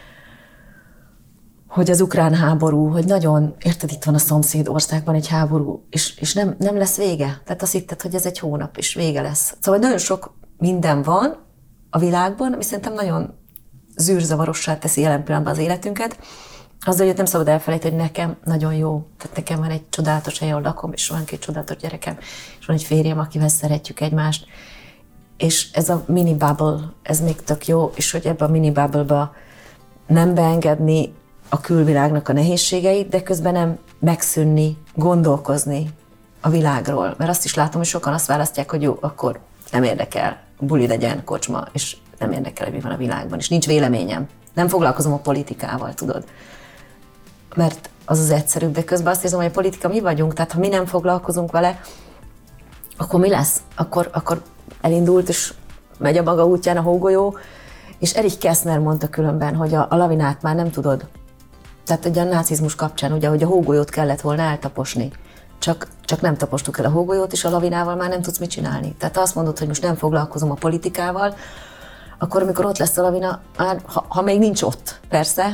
hogy az ukrán háború, hogy nagyon, érted, itt van a szomszéd országban egy háború, és, és nem, nem lesz vége. Tehát azt hitted, hogy ez egy hónap, és vége lesz. Szóval nagyon sok minden van a világban, ami szerintem nagyon zűrzavarossá teszi jelen pillanatban az életünket. Azzal, hogy nem szabad elfelejteni, hogy nekem nagyon jó. Tehát nekem van egy csodálatos hely, ahol lakom, és van két csodálatos gyerekem, és van egy férjem, akivel szeretjük egymást. És ez a mini bubble, ez még tök jó, és hogy ebbe a mini bubble-ba nem beengedni a külvilágnak a nehézségeit, de közben nem megszűnni, gondolkozni a világról. Mert azt is látom, hogy sokan azt választják, hogy jó, akkor nem érdekel, buli legyen, kocsma, és nem érdekel, hogy mi van a világban, és nincs véleményem. Nem foglalkozom a politikával, tudod. Mert az az egyszerűbb, de közben azt érzem, hogy a politika mi vagyunk, tehát ha mi nem foglalkozunk vele, akkor mi lesz? Akkor, akkor elindult, és megy a maga útján a hógolyó, és Erich Kästner mondta különben, hogy a, a lavinát már nem tudod. Tehát ugye a nácizmus kapcsán, ugye, hogy a hógolyót kellett volna eltaposni. Csak, csak nem tapostuk el a hógolyót, és a lavinával már nem tudsz mit csinálni. Tehát azt mondod, hogy most nem foglalkozom a politikával, akkor amikor ott lesz a lavina, már, ha, ha még nincs ott, persze,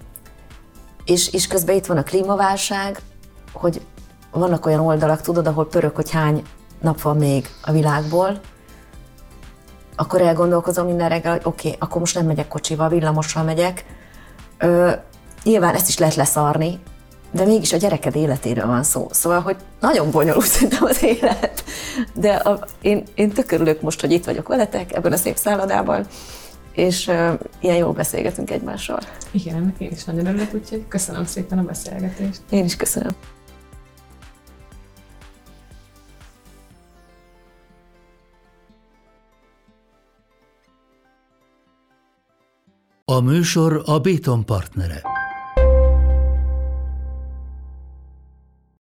és, és közben itt van a klímaválság, hogy vannak olyan oldalak, tudod, ahol pörög, hogy hány nap van még a világból, akkor elgondolkozom minden reggel, hogy oké, okay, akkor most nem megyek kocsival, villamossal megyek. Ö, nyilván ezt is lehet leszarni, de mégis a gyereked életéről van szó. Szóval, hogy nagyon bonyolult szerintem az élet. De a, én, én tök örülök most, hogy itt vagyok veletek ebben a szép szállodában, és uh, ilyen jól beszélgetünk egymással. Igen, ennek én is nagyon örülök, úgyhogy köszönöm szépen a beszélgetést. Én is köszönöm. A műsor a Béton partnere.